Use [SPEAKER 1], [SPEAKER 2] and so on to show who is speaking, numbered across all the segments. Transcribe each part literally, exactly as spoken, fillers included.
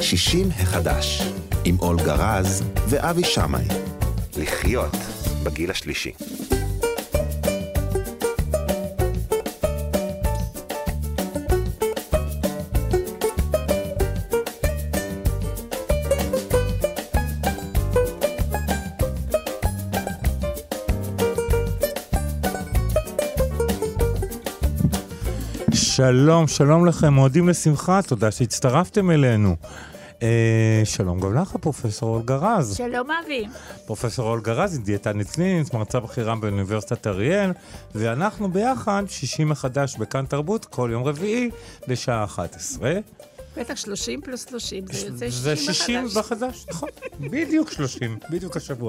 [SPEAKER 1] שישים החדש, עם אולגה רז ואבי שמאי. לחיות בגיל השלישי.
[SPEAKER 2] שלום, שלום לכם, מועדים לשמחה, תודה שהצטרפתם אלינו. אה, שלום גם לך, פרופסור אולגה רז.
[SPEAKER 3] שלום אבי.
[SPEAKER 2] פרופסור אולגה רז, היא דיאטנית קלינית, מרצה בכירה באוניברסיטת אריאל, ואנחנו ביחד שישים מחדש בכאן תרבות, כל יום רביעי בשעה אחת עשרה.
[SPEAKER 3] בטח שלושים פלוס שלושים, זה יוצא שישים
[SPEAKER 2] זה שישים מחדש, נכון, בדיוק שלושים, בדיוק השבוע.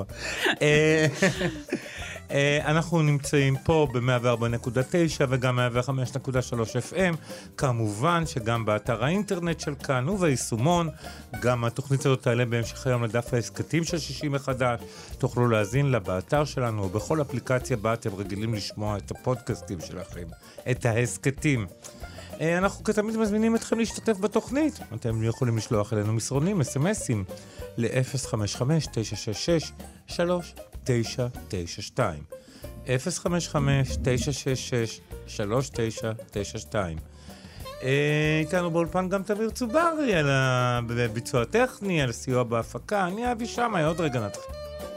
[SPEAKER 2] אנחנו נמצאים פה ב-מאה וארבע נקודה תשע וגם מאה וחמש נקודה שלוש אף אם, כמובן שגם באתר האינטרנט של כאן וביישומון, גם התוכנית הזאת תעלה בהמשך היום לדף ההסקטים של שישים מחדש, תוכלו להזין לה באתר שלנו או בכל אפליקציה בה אתם רגילים לשמוע את הפודקאסטים שלכם, את ההסקטים. אנחנו כתמיד מזמינים אתכם להשתתף בתוכנית. אתם יכולים לשלוח אלינו מסרונים, אס-אמסים, ל-אפס חמש חמש תשע שש שש שלוש תשע תשע שתיים. אפס חמש חמש תשע שש שש שלוש תשע תשע שתיים. איתנו באולפן גם תמיר צוברי על הביצוע הטכני, על סיוע בהפקה. אני אבי שמאי, עוד רגע נתחיל.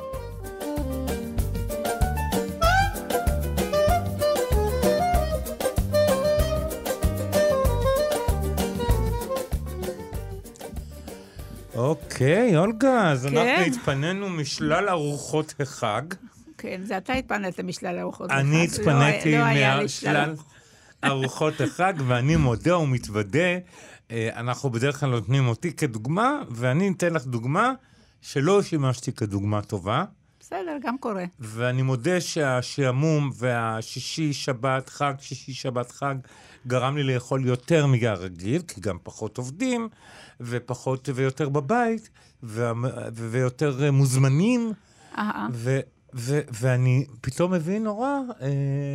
[SPEAKER 2] אוקיי, אולגה, אז אנחנו התפנינו משלל ארוחות החג.
[SPEAKER 3] כן, זה אתה התפנית משלל ארוחות החג.
[SPEAKER 2] אני התפניתי משלל ארוחות החג, ואני מודה ומתוודה, אנחנו בדרך כלל נותנים אותי כדוגמה, ואני אתן לך דוגמה שלא שימשתי כדוגמה טובה.
[SPEAKER 3] בסדר, גם קורה.
[SPEAKER 2] ואני מודה שהשעמום והשישי שבת חג, שישי שבת חג, גרם לי לאכול יותר מהרגיל, כי גם פחות עובדים, ופחות ויותר בבית, ו- ו- ויותר מוזמנים, ו- ו- ואני פתאום מבין נורא אה,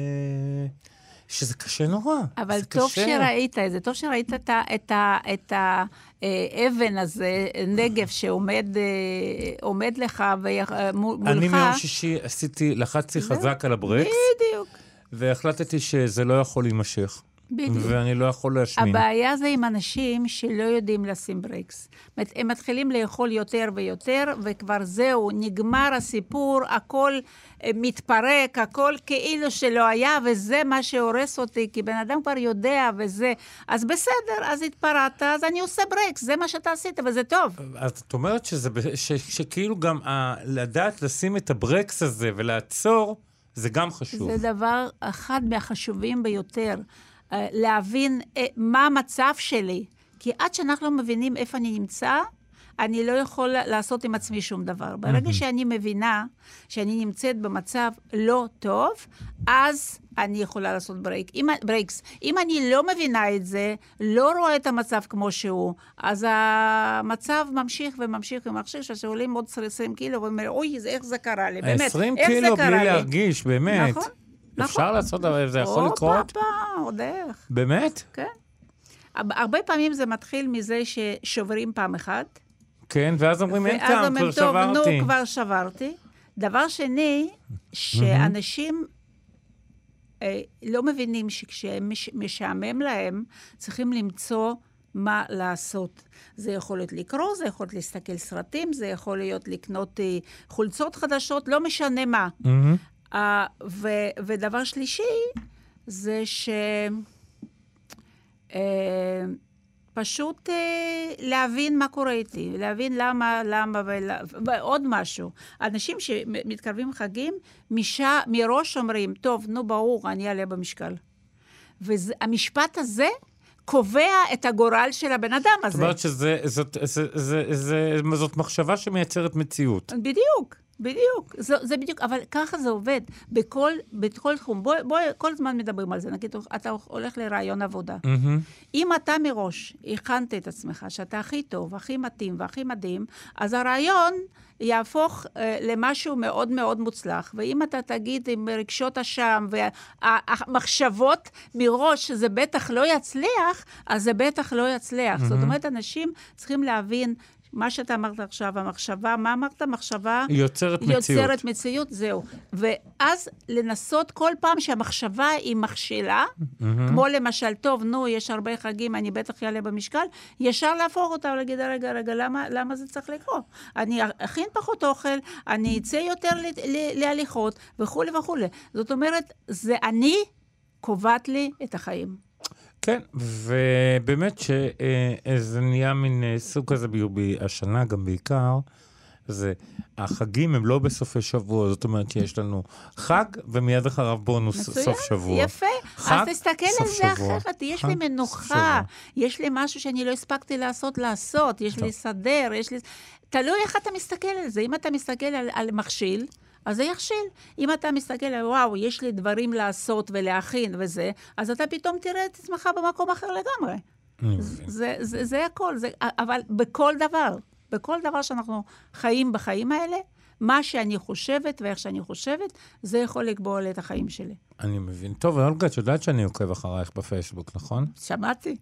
[SPEAKER 2] שזה קשה נורא.
[SPEAKER 3] אבל
[SPEAKER 2] זה
[SPEAKER 3] טוב
[SPEAKER 2] קשה.
[SPEAKER 3] שראית את זה, טוב שראית את, את, את האבן הזה, נגב שעומד עומד לך ומולך.
[SPEAKER 2] אני מיום שישי עשיתי, לחצתי חזק על הברקס,
[SPEAKER 3] בדיוק.
[SPEAKER 2] והחלטתי שזה לא יכול להימשך. בדיוק. ואני לא יכול להשמין.
[SPEAKER 3] הבעיה זה עם אנשים שלא יודעים לשים ברקס. הם מתחילים לאכול יותר ויותר, וכבר זהו, נגמר הסיפור, הכל מתפרק, הכל כאילו שלא היה, וזה מה שהורס אותי, כי בן אדם כבר יודע, וזה, אז בסדר, אז התפרעת, אז אני עושה ברקס, זה מה שאתה עשית, וזה טוב.
[SPEAKER 2] אז את אומרת שזה, ש, שכאילו גם ה, לדעת לשים את הברקס הזה ולעצור, זה גם חשוב.
[SPEAKER 3] זה דבר אחד מהחשובים ביותר. להבין מה המצב שלי. כי עד שאנחנו לא מבינים איפה אני נמצא, אני לא יכול לעשות עם עצמי שום דבר. ברגע שאני מבינה שאני נמצאת במצב לא טוב, אז אני יכולה לעשות ברייק. אם, ברייקס. אם אני לא מבינה את זה, לא רואה את המצב כמו שהוא, אז המצב ממשיך וממשיך וממשיך, שעולים עוד עשרים קילו, ואומר, אוי, איך זה קרה לי, באמת,
[SPEAKER 2] עשרים קילו בלי להרגיש, באמת.
[SPEAKER 3] נכון.
[SPEAKER 2] אפשר לעשות, זה יכול לקרות?
[SPEAKER 3] או, פאפה, עוד איך.
[SPEAKER 2] באמת?
[SPEAKER 3] כן. הרבה פעמים זה מתחיל מזה ששוברים פעם אחת.
[SPEAKER 2] כן, ואז אומרים, אין טעם, כבר שברתי.
[SPEAKER 3] נו, כבר שברתי. דבר שני, שאנשים לא מבינים שכשהם משעמם להם, צריכים למצוא מה לעשות. זה יכול להיות לקרוא, זה יכול להיות להסתכל סרטים, זה יכול להיות לקנות חולצות חדשות, לא משנה מה. Uh, ו- ודבר שלישי, זה ש... Uh, פשוט uh, להבין מה קורה איתי, להבין למה, למה, ולה... ועוד משהו. אנשים שמתקרבים חגים, משע... מראש אומרים, טוב, נו ברור, אני אעלה במשקל. והמשפט הזה קובע את הגורל של הבן אדם הזה.
[SPEAKER 2] זאת אומרת שזאת מחשבה שמייצרת מציאות.
[SPEAKER 3] בדיוק. בדיוק, זה, זה בדיוק, אבל ככה זה עובד, בכל, בכל תחום. בוא, בוא, כל זמן מדברים על זה, נגיד, אתה הולך לרעיון עבודה. Mm-hmm. אם אתה מראש הכנת את עצמך, שאתה הכי טוב, הכי מתאים והכי מדהים, אז הרעיון יהפוך אה, למשהו מאוד מאוד מוצלח, ואם אתה תגיד עם רגשות אשם והמחשבות מראש שזה בטח לא יצליח, אז זה בטח לא יצליח. Mm-hmm. זאת אומרת, אנשים צריכים להבין, מה שאתה אמרת עכשיו, המחשבה, מה אמרת? מחשבה
[SPEAKER 2] יוצרת מציאות.
[SPEAKER 3] יוצרת מציאות, זהו. ואז לנסות כל פעם שהמחשבה היא מכשילה, mm-hmm. כמו למשל, טוב, נו, יש הרבה חגים, אני בטח יעלה במשקל, ישר להפוך אותה ולהגיד, רגע, רגע, למה, למה זה צריך לקרות? אני אכין פחות אוכל, אני אצא יותר ל- ל- להליכות, וכו' וכו'. זאת אומרת, זה אני קובעת לי את החיים.
[SPEAKER 2] כן, ובאמת שזה נהיה מין סוג כזה ביובי, השנה גם בעיקר, זה, החגים הם לא בסופי שבוע, זאת אומרת שיש לנו חג, ומיד אחריו בונוס סוף שבוע.
[SPEAKER 3] יפה, אז תסתכל על זה אחרת, יש לי מנוחה, יש לי משהו שאני לא הספקתי לעשות, לעשות, יש לי סדר, יש לי... תלוי איך אתה מסתכל על זה, אם אתה מסתכל על, על מכשיל, אז זה יכשיל. אם אתה מסתכל על, וואו, יש לי דברים לעשות ולהכין וזה, אז אתה פתאום תראה את עצמך במקום אחר לגמרי. זה, זה, זה הכל. זה, אבל בכל דבר, בכל דבר שאנחנו חיים בחיים האלה, מה שאני חושבת ואיך שאני חושבת, זה יכול לקבוע לי את החיים שלי.
[SPEAKER 2] אני מבין. טוב, אולגה, את יודעת שאני עוקב אחרייך בפייסבוק, נכון?
[SPEAKER 3] שמעתי.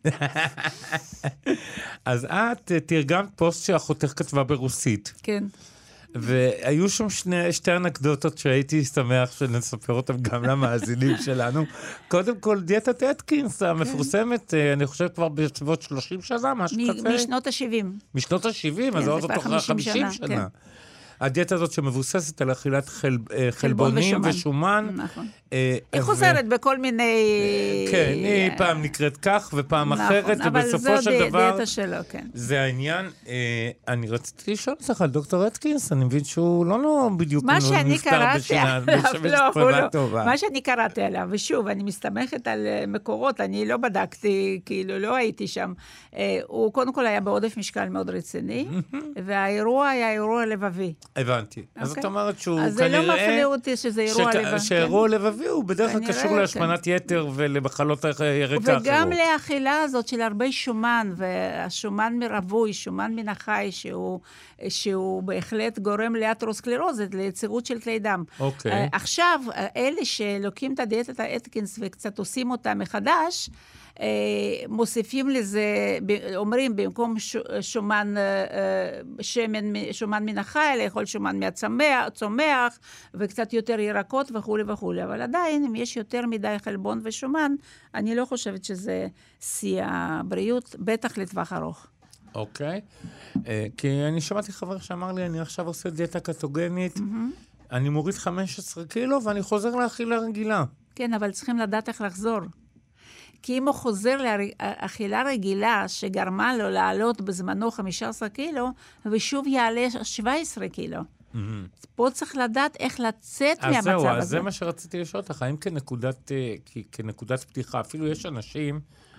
[SPEAKER 2] אז את תרגמת פוסט שאחותך כתבה ברוסית.
[SPEAKER 3] כן.
[SPEAKER 2] והיו שם שני, שתי אנקדוטות שהייתי שמח שנספר אותם גם למאזינים שלנו. קודם כל, דיאטת אטקינס המפורסמת, אני חושב כבר בסביבות שלושים שנה, משהו כזה.
[SPEAKER 3] משנות ה-שבעים.
[SPEAKER 2] משנות ה-שבעים, אז עוד תוך חמישים שנה. הדיאטה הזאת שמבוססת על אכילת חלבונים ושומן.
[SPEAKER 3] נכון. היא חוזרת בכל מיני...
[SPEAKER 2] כן, היא פעם נקראת כך ופעם אחרת, ובסופו של דבר... זה העניין. אני רציתי לשאול אותך על דוקטור אטקינס, אני מבין שהוא לא בדיוק נפטר בשנה טובה.
[SPEAKER 3] מה שאני קראתי עליו, ושוב, אני מסתמכת על מקורות, אני לא בדקתי, כאילו לא הייתי שם. הוא קודם כל היה בעודף משקל מאוד רציני, והאירוע היה אירוע לבבי.
[SPEAKER 2] הבנתי. אז את אומרת שהוא כנראה...
[SPEAKER 3] אז זה לא מפליא אותי שזה אירוע לבבי.
[SPEAKER 2] שאירוע לבבי הוא בדרך כלל קשור להשמנת יתר ולמחלות רקע אחרות.
[SPEAKER 3] וגם לאכילה הזאת של הרבה שומן, והשומן מרווי, שומן מן החי, שהוא בהחלט גורם לאתרוסקלרוזית, ליצירות של כלי דם.
[SPEAKER 2] אוקיי.
[SPEAKER 3] עכשיו, אלה שלוקים את הדיאטת האטקינס וקצת עושים אותה מחדש, מוסיפים לזה, אומרים, במקום שומן, שמן, שומן מן החי, לאכול שומן מהצומח, וקצת יותר ירקות וכו' וכו'. אבל עדיין, אם יש יותר מדי חלבון ושומן, אני לא חושבת שזה שיא הבריאות, בטח לטווח ארוך.
[SPEAKER 2] אוקיי. כי אני שמעתי חבר שאמר לי, אני עכשיו עושה דיאטה קטוגנית, אני מוריד חמש עשרה קילו, ואני חוזר לאכילה רגילה.
[SPEAKER 3] כן, אבל צריכים לדעת איך לחזור. כי אם הוא חוזר לאכילה רגילה שגרמה לו לעלות בזמנו חמישה עשר קילו, ושוב יעלה שבע עשרה קילו. Mm-hmm. פה צריך לדעת איך לצאת
[SPEAKER 2] אז
[SPEAKER 3] מהמצב
[SPEAKER 2] זהו,
[SPEAKER 3] הזה.
[SPEAKER 2] אז זה מה שרציתי לשאול אותך, האם כנקודת, כנקודת פתיחה, אפילו יש אנשים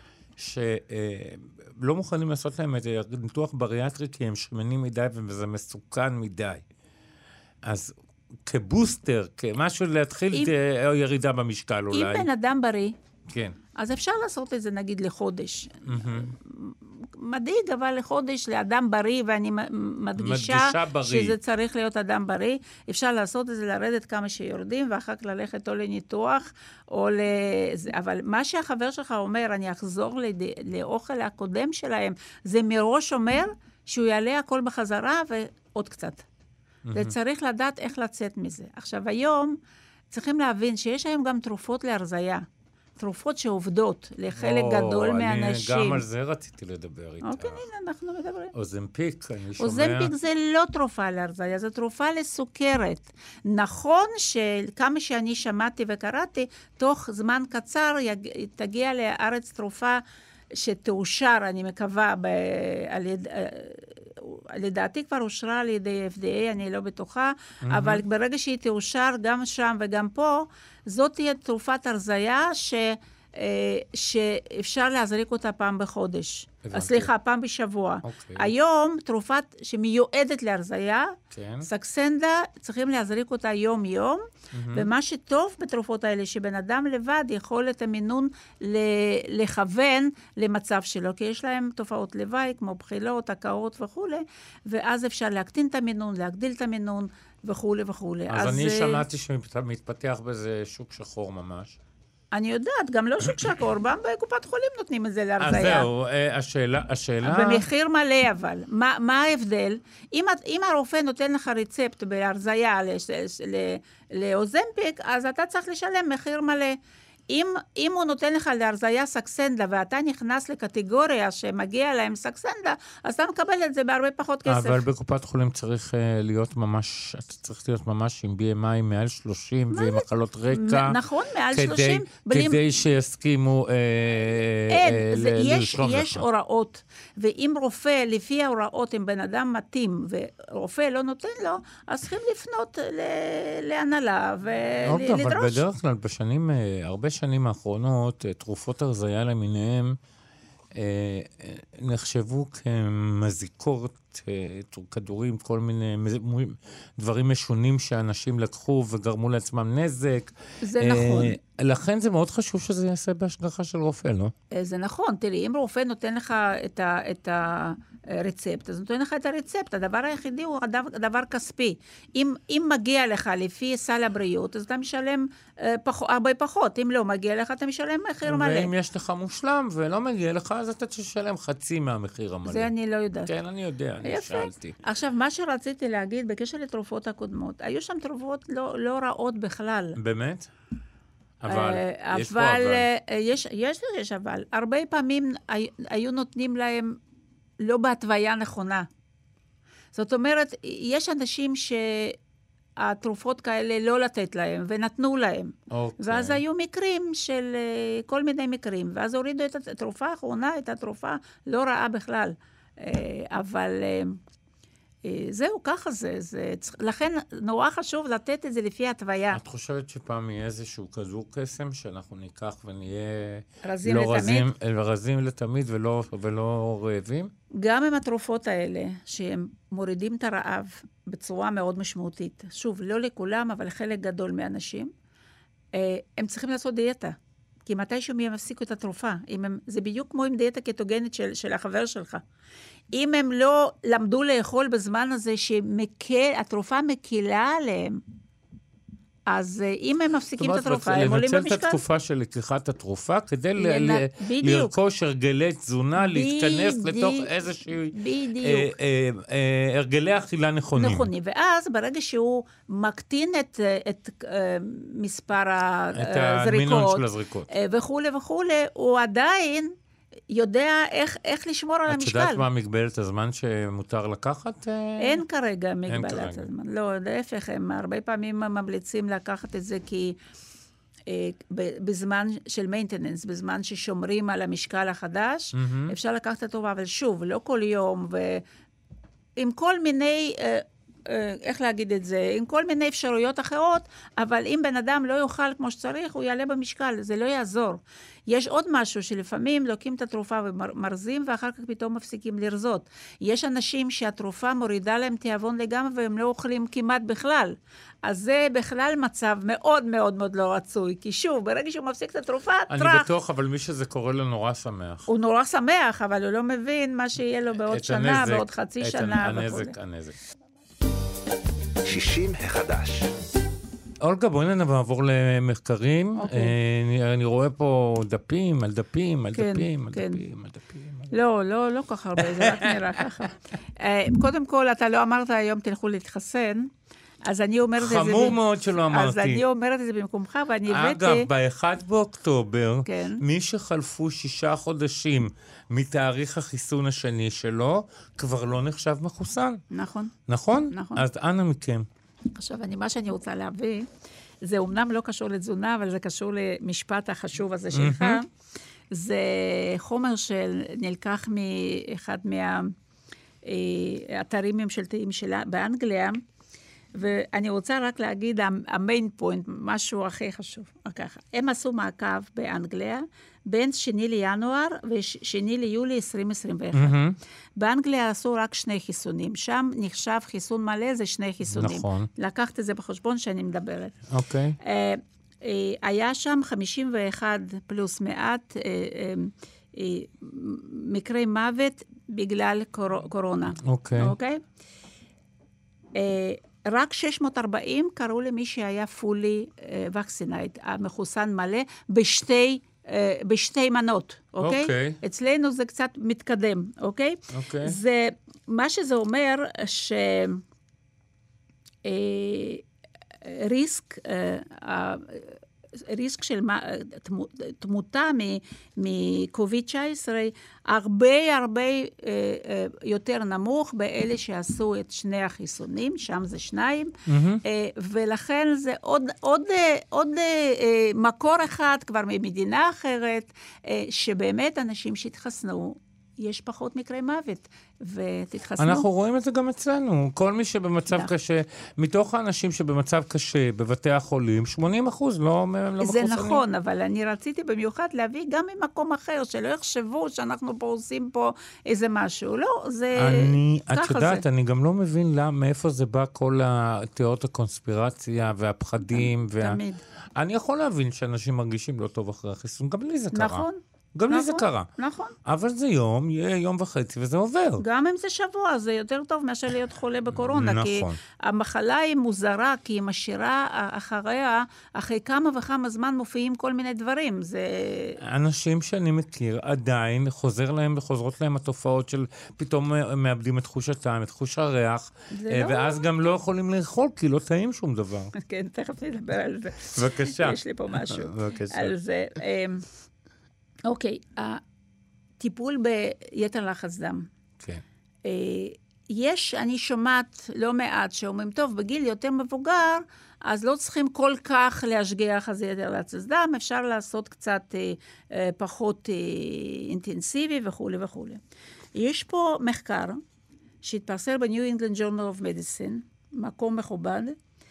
[SPEAKER 2] שלא מוכנים לעשות להם את ניתוח בריאטרי, כי הם שמנים מדי וזה מסוכן מדי. אז כבוסטר, כמשהו להתחיל אם, ירידה במשקל אולי.
[SPEAKER 3] אם בן אדם בריא,
[SPEAKER 2] כן.
[SPEAKER 3] אז אפשר לעשות את זה נגיד לחודש. מדאיג, אבל לחודש לאדם בריא, ואני מדגישה שזה צריך להיות אדם בריא. אפשר לעשות את זה, לרדת כמה שיורדים, ואחר כך ללכת או לניתוח, או לזה. אבל מה שהחבר שלך אומר, אני אחזור לאוכל הקודם שלהם, זה מראש אומר שהוא יעלה הכל בחזרה ועוד קצת. זה צריך לדעת איך לצאת מזה. עכשיו, היום צריכים להבין שיש היום גם תרופות להרזיה. תרופות שעובדות לחלק גדול מהאנשים.
[SPEAKER 2] גם על זה רציתי לדבר איתך.
[SPEAKER 3] אוקיי, הנה, אנחנו מדברים.
[SPEAKER 2] אוזמפיק, אני שומע.
[SPEAKER 3] אוזמפיק זה לא תרופה להרזיה, זה תרופה לסוכרת. נכון שכמה שאני שמעתי וקראתי, תוך זמן קצר תגיע לארץ תרופה שתאושר, אני מקווה, ב... על יד... לדעתי כבר אושרה על ידי אף די איי, אני לא בטוחה, mm-hmm. אבל ברגע שהיא תאושר גם שם וגם פה, זאת תהיה תרופת הרזיה שאפשר להזריק אותה פעם בחודש.
[SPEAKER 2] הבנתי.
[SPEAKER 3] סליחה, פעם בשבוע.
[SPEAKER 2] אוקיי.
[SPEAKER 3] היום, תרופת שמיועדת להרזיה,
[SPEAKER 2] כן.
[SPEAKER 3] סקסנדה, צריכים להזריק אותה יום-יום, ומה שטוב בתרופות האלה, שבן אדם לבד יכול את המינון ל- לכוון למצב שלו, כי יש להם תופעות לוואי, כמו בחילות, הקאות וכו', ואז אפשר להקטין את המינון, להגדיל את המינון, וכו' וכו'.
[SPEAKER 2] אז, אז אני שמעתי שמתפתח בזה שוק שחור ממש.
[SPEAKER 3] אני יודעת, גם לא שוק שחור, גם בקופת חולים נותנים את זה להרזיה.
[SPEAKER 2] אז זהו, השאלה, השאלה...
[SPEAKER 3] במחיר מלא אבל. מה, מה ההבדל? אם, אם הרופא נותן לך רצפט בהרזיה לאוזמפיק, אז אתה צריך לשלם מחיר מלא. אם, אם הוא נותן לך להרזיה סקסנדה, ואתה נכנס לקטגוריה שמגיע להם סקסנדה, אז אתה מקבל את זה בהרבה פחות כסף.
[SPEAKER 2] אבל בקופת חולים צריך להיות ממש, אתה צריך להיות ממש עם בי אם איי מעל שלושים, ועם מחלות רקע.
[SPEAKER 3] נכון, מעל
[SPEAKER 2] כדי,
[SPEAKER 3] שלושים.
[SPEAKER 2] כדי
[SPEAKER 3] בלי...
[SPEAKER 2] שיסכימו
[SPEAKER 3] אין,
[SPEAKER 2] אה,
[SPEAKER 3] זה,
[SPEAKER 2] ל-
[SPEAKER 3] יש,
[SPEAKER 2] לרשום
[SPEAKER 3] יש
[SPEAKER 2] לך.
[SPEAKER 3] הוראות, ואם רופא, לפי ההוראות, אם בן אדם מתאים, ורופא לא נותן לו, אז צריכים לפנות ל- להנהלה
[SPEAKER 2] אוקיי, אבל
[SPEAKER 3] ולדרוש.
[SPEAKER 2] בדרך כלל בשנים, אה, הרבה שנים האחרונות, אה, תרופות הרזיה למיניהם, אה, אה, נחשבו כמזיקות, אה, כדורים, כל מיני מז- מ- דברים משונים שאנשים לקחו וגרמו לעצמם נזק.
[SPEAKER 3] זה
[SPEAKER 2] אה,
[SPEAKER 3] נכון.
[SPEAKER 2] לכן זה מאוד חשוב שזה יעשה בהשגחה של רופא, לא?
[SPEAKER 3] אה, זה נכון, תראי, אם רופא נותן לך את ה... את ה... רצפט, אז נותן לך את הרצפט, הדבר היחידי הוא הדבר, דבר כספי. אם, אם מגיע לך לפי סל הבריאות, אז אתה משלם אה, פח, הרבה פחות. אם לא מגיע לך, אתה משלם מחיר מלא.
[SPEAKER 2] ואם יש לך מושלם ולא מגיע לך, אז אתה תשלם חצי מהמחיר המלא.
[SPEAKER 3] זה אני לא יודעת.
[SPEAKER 2] כן, אני יודע, אני
[SPEAKER 3] יפה.
[SPEAKER 2] שאלתי.
[SPEAKER 3] עכשיו, מה שרציתי להגיד, בקשר לתרופות הקודמות, היו שם תרופות לא, לא רעות בכלל.
[SPEAKER 2] באמת? אבל,
[SPEAKER 3] אה,
[SPEAKER 2] יש פה
[SPEAKER 3] אבל,
[SPEAKER 2] אבל.
[SPEAKER 3] אה, יש, יש, יש אבל. הרבה פעמים הי- היו נותנים להם לא בהתוויה נכונה. זאת אומרת, יש אנשים שהתרופות כאלה לא לתת להם, ונתנו להם.
[SPEAKER 2] אוקיי.
[SPEAKER 3] ואז היו מקרים של אה, כל מיני מקרים, ואז הורידו את התרופה האחרונה, את התרופה לא רעה בכלל. אה, אבל אה, אה, זהו, ככה זה. זה. לכן נורא חשוב לתת את זה לפי התוויה.
[SPEAKER 2] את חושבת שפעם יהיה איזשהו כדור קסם, שאנחנו ניקח ונהיה...
[SPEAKER 3] רזים
[SPEAKER 2] לא
[SPEAKER 3] לתמיד?
[SPEAKER 2] רזים, רזים לתמיד ולא, ולא רעבים? גם
[SPEAKER 3] עם התרופות האלה, שהם מורידים את הרעב בצורה מאוד משמעותית, שוב, לא לכולם, אבל חלק גדול מהאנשים, הם צריכים לעשות דיאטה. כי מתישהו הם יפסיקו את התרופה. הם, זה בדיוק כמו עם דיאטה קטוגנית של, של החבר שלך. אם הם לא למדו לאכול בזמן הזה שהתרופה מקילה עליהם, אז אם הם מפסיקים את התרופה, הם עולים במשקל.
[SPEAKER 2] לנצל את התקופה של לקיחת התרופה, כדי ל-
[SPEAKER 3] לנ-
[SPEAKER 2] ל-
[SPEAKER 3] בדיוק.
[SPEAKER 2] לרכוש הרגלי תזונה, להתכנס
[SPEAKER 3] בדיוק.
[SPEAKER 2] לתוך איזושהי...
[SPEAKER 3] בדיוק.
[SPEAKER 2] אה, אה, אה, הרגלי אכילה נכונים.
[SPEAKER 3] נכונים, ואז ברגע שהוא מקטין את, את אה, מספר הזריקות,
[SPEAKER 2] את המינון של הזריקות.
[SPEAKER 3] אה, וכו' וכו', הוא עדיין יודע איך, איך לשמור על
[SPEAKER 2] את
[SPEAKER 3] המשקל.
[SPEAKER 2] יודעת מה מגבלת הזמן שמותר לקחת? אה?
[SPEAKER 3] אין כרגע מגבלת
[SPEAKER 2] כרגע.
[SPEAKER 3] הזמן. לא, להפך, הם הרבה פעמים ממליצים לקחת את זה כי אה, ב- בזמן של maintenance, בזמן ששומרים על המשקל החדש,
[SPEAKER 2] מהמם.
[SPEAKER 3] אפשר לקחת אותו, אבל שוב, לא כל יום, ועם כל מיני, אה, אה, איך להגיד את זה, עם כל מיני אפשרויות אחרות, אבל אם בן אדם לא יאכל כמו שצריך, הוא יעלה במשקל, זה לא יעזור. יש עוד משהו שלפעמים לוקחים את התרופה ומרזים, ואחר כך פתאום מפסיקים לרזות. יש אנשים שהתרופה מורידה להם תיאבון לגמרי, והם לא אוכלים כמעט בכלל. אז זה בכלל מצב מאוד מאוד מאוד לא רצוי, כי שוב, ברגע שהוא מפסיק את התרופה,
[SPEAKER 2] אני
[SPEAKER 3] טרח.
[SPEAKER 2] בטוח, אבל מי שזה קורה לו נורא שמח.
[SPEAKER 3] הוא נורא שמח, אבל הוא לא מבין מה שיהיה לו בעוד
[SPEAKER 2] את
[SPEAKER 3] שנה,
[SPEAKER 2] הנזק,
[SPEAKER 3] בעוד חצי
[SPEAKER 2] את
[SPEAKER 3] שנה
[SPEAKER 2] הנזק,
[SPEAKER 3] וכו'.
[SPEAKER 2] הנזק.
[SPEAKER 1] שישים החדש.
[SPEAKER 2] אולגה, בואי נעבור למחקרים.
[SPEAKER 3] אוקיי.
[SPEAKER 2] אה, אני, אני רואה פה דפים על דפים, על
[SPEAKER 3] כן,
[SPEAKER 2] דפים, על
[SPEAKER 3] כן.
[SPEAKER 2] דפים, על דפים. על...
[SPEAKER 3] לא, לא, לא כל כך הרבה, זה רק נראה ככה. אה, קודם כל, אתה לא אמרת היום תלכו להתחסן, אז אני אומרת את זה...
[SPEAKER 2] חמור
[SPEAKER 3] ב-
[SPEAKER 2] מאוד שלא
[SPEAKER 3] אז
[SPEAKER 2] אמרתי.
[SPEAKER 3] אני אומרת את זה במקומך, ואני הבאתי...
[SPEAKER 2] אגב, ב-אחד באוקטובר,
[SPEAKER 3] כן.
[SPEAKER 2] מי שחלפו שישה חודשים מתאריך החיסון השני שלו, כבר לא נחשב מחוסן.
[SPEAKER 3] נכון.
[SPEAKER 2] נכון?
[SPEAKER 3] נכון.
[SPEAKER 2] אז אנא מכם.
[SPEAKER 3] עכשיו, אני, מה שאני רוצה להביא, זה אומנם לא קשור לתזונה, אבל זה קשור למשפט החשוב הזה שלך. זה חומר שנלקח מאחד מהאתרים ממשלתיים שלה באנגליה, ואני רוצה רק להגיד, המיין פוינט, משהו הכי חשוב. ככה, הם עשו מעקב באנגליה, בין שני לינואר ושני ליולי עשרים עשרים ואחת. Mm-hmm. באנגליה עשו רק שני חיסונים. שם נחשב חיסון מלא, זה שני חיסונים. נכון. לקחת את זה בחשבון שאני מדברת.
[SPEAKER 2] אוקיי. Okay. אה,
[SPEAKER 3] אה, היה שם חמישים ואחת פלוס מעט אה, אה, אה, מקרי מוות בגלל קור, קורונה.
[SPEAKER 2] אוקיי. Okay.
[SPEAKER 3] אוקיי? אה, רק שש מאות וארבעים קראו למי שהיה פולי וקסינאית, המחוסן מלא, בשתי, בשתי מנות, אוקיי?
[SPEAKER 2] אוקיי.
[SPEAKER 3] אצלנו זה קצת מתקדם, אוקיי?
[SPEAKER 2] אוקיי.
[SPEAKER 3] זה, מה שזה אומר, שריסק, ריסק של תמותה מקוביד תשע עשרה, הרבה הרבה יותר נמוך באלה שעשו את שני החיסונים, שם זה שניים, ולכן זה עוד, עוד, עוד מקור אחד כבר ממדינה אחרת, שבאמת אנשים שהתחסנו, יש פחות מקרי מוות, ותתחסנו.
[SPEAKER 2] אנחנו רואים את זה גם אצלנו. כל מי שבמצב קשה, מתוך האנשים שבמצב קשה בבתי החולים, שמונים אחוז לא מחוסנים.
[SPEAKER 3] זה נכון, אבל אני רציתי במיוחד להביא גם ממקום אחר, שלא יחשבו שאנחנו פה עושים פה איזה משהו. לא, זה...
[SPEAKER 2] אני, את יודעת, אני גם לא מבין למה, מאיפה זה בא כל התיאוריות הקונספירציה והפחדים.
[SPEAKER 3] תמיד.
[SPEAKER 2] אני יכול להבין שאנשים מרגישים לא טוב אחרי החיסון, גם לי זה קרה.
[SPEAKER 3] נכון.
[SPEAKER 2] גם
[SPEAKER 3] נכון,
[SPEAKER 2] לי זה קרה.
[SPEAKER 3] נכון.
[SPEAKER 2] אבל זה יום, יהיה יום וחצי, וזה עובר.
[SPEAKER 3] גם אם זה שבוע, זה יותר טוב מאשר להיות חולה בקורונה.
[SPEAKER 2] נכון.
[SPEAKER 3] כי המחלה היא מוזרה, כי היא משאירה אחריה, אחרי כמה וכמה זמן מופיעים כל מיני דברים. זה...
[SPEAKER 2] אנשים שאני מכיר, עדיין חוזר להם וחוזרות להם התופעות של פתאום מאבדים את תחושתם, את תחוש הריח, ואז לא... גם לא יכולים לאכול, כי לא טעים שום דבר.
[SPEAKER 3] כן, תכף נדבר על זה.
[SPEAKER 2] בבקשה.
[SPEAKER 3] יש לי פה משהו.
[SPEAKER 2] בבקשה.
[SPEAKER 3] על זה... אוקיי, הטיפול ביתר לחץ דם.
[SPEAKER 2] כן.
[SPEAKER 3] יש, אני שומעת לא מעט שאומרים, טוב, בגיל יותר מבוגר, אז לא צריכים כל כך להשגיח על זה יתר לחץ דם, אפשר לעשות קצת פחות אינטנסיבי וכו' וכו'. יש פה מחקר שהתפרסם ב-New England Journal of Medicine, מקום מכובד,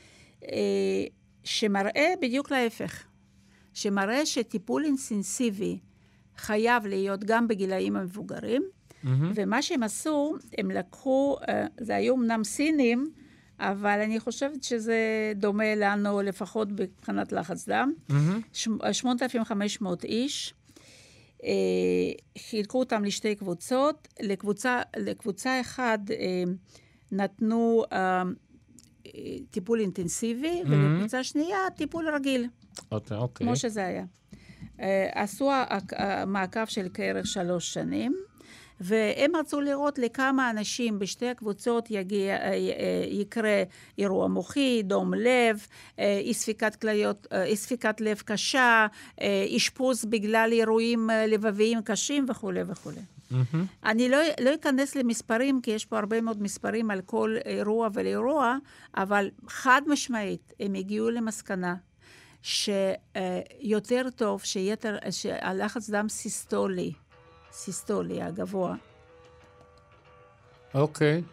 [SPEAKER 3] שמראה בדיוק להפך, שמראה שטיפול אינטנסיבי חייב להיות גם בגילאים המבוגרים, mm-hmm. ומה שהם עשו, הם לקחו, זה היו אמנם סינים, אבל אני חושבת שזה דומה לנו לפחות מבחינת לחץ דם, mm-hmm. שמונת אלפים וחמש מאות איש, חילקו אותם לשתי קבוצות, לקבוצה, לקבוצה אחד נתנו טיפול אינטנסיבי, mm-hmm. ולקבוצה שנייה טיפול רגיל,
[SPEAKER 2] okay, okay.
[SPEAKER 3] כמו שזה היה. עשו מעקב של כערך שלוש שנים, והם רצו לראות לכמה אנשים בשתי הקבוצות יגיע, יקרה אירוע מוחי, דום לב, אי ספיקת כליות, אי ספיקת לב קשה, אשפוז בגלל אירועים לבביים קשים וכו' וכו'. Mm-hmm. אני לא, לא אכנס למספרים, כי יש פה הרבה מאוד מספרים על כל אירוע ולאירוע, אבל חד משמעית הם הגיעו למסקנה, שיותר טוב שיתר, שהלחץ דם סיסטולי, סיסטולי הגבוה.
[SPEAKER 2] אוקיי.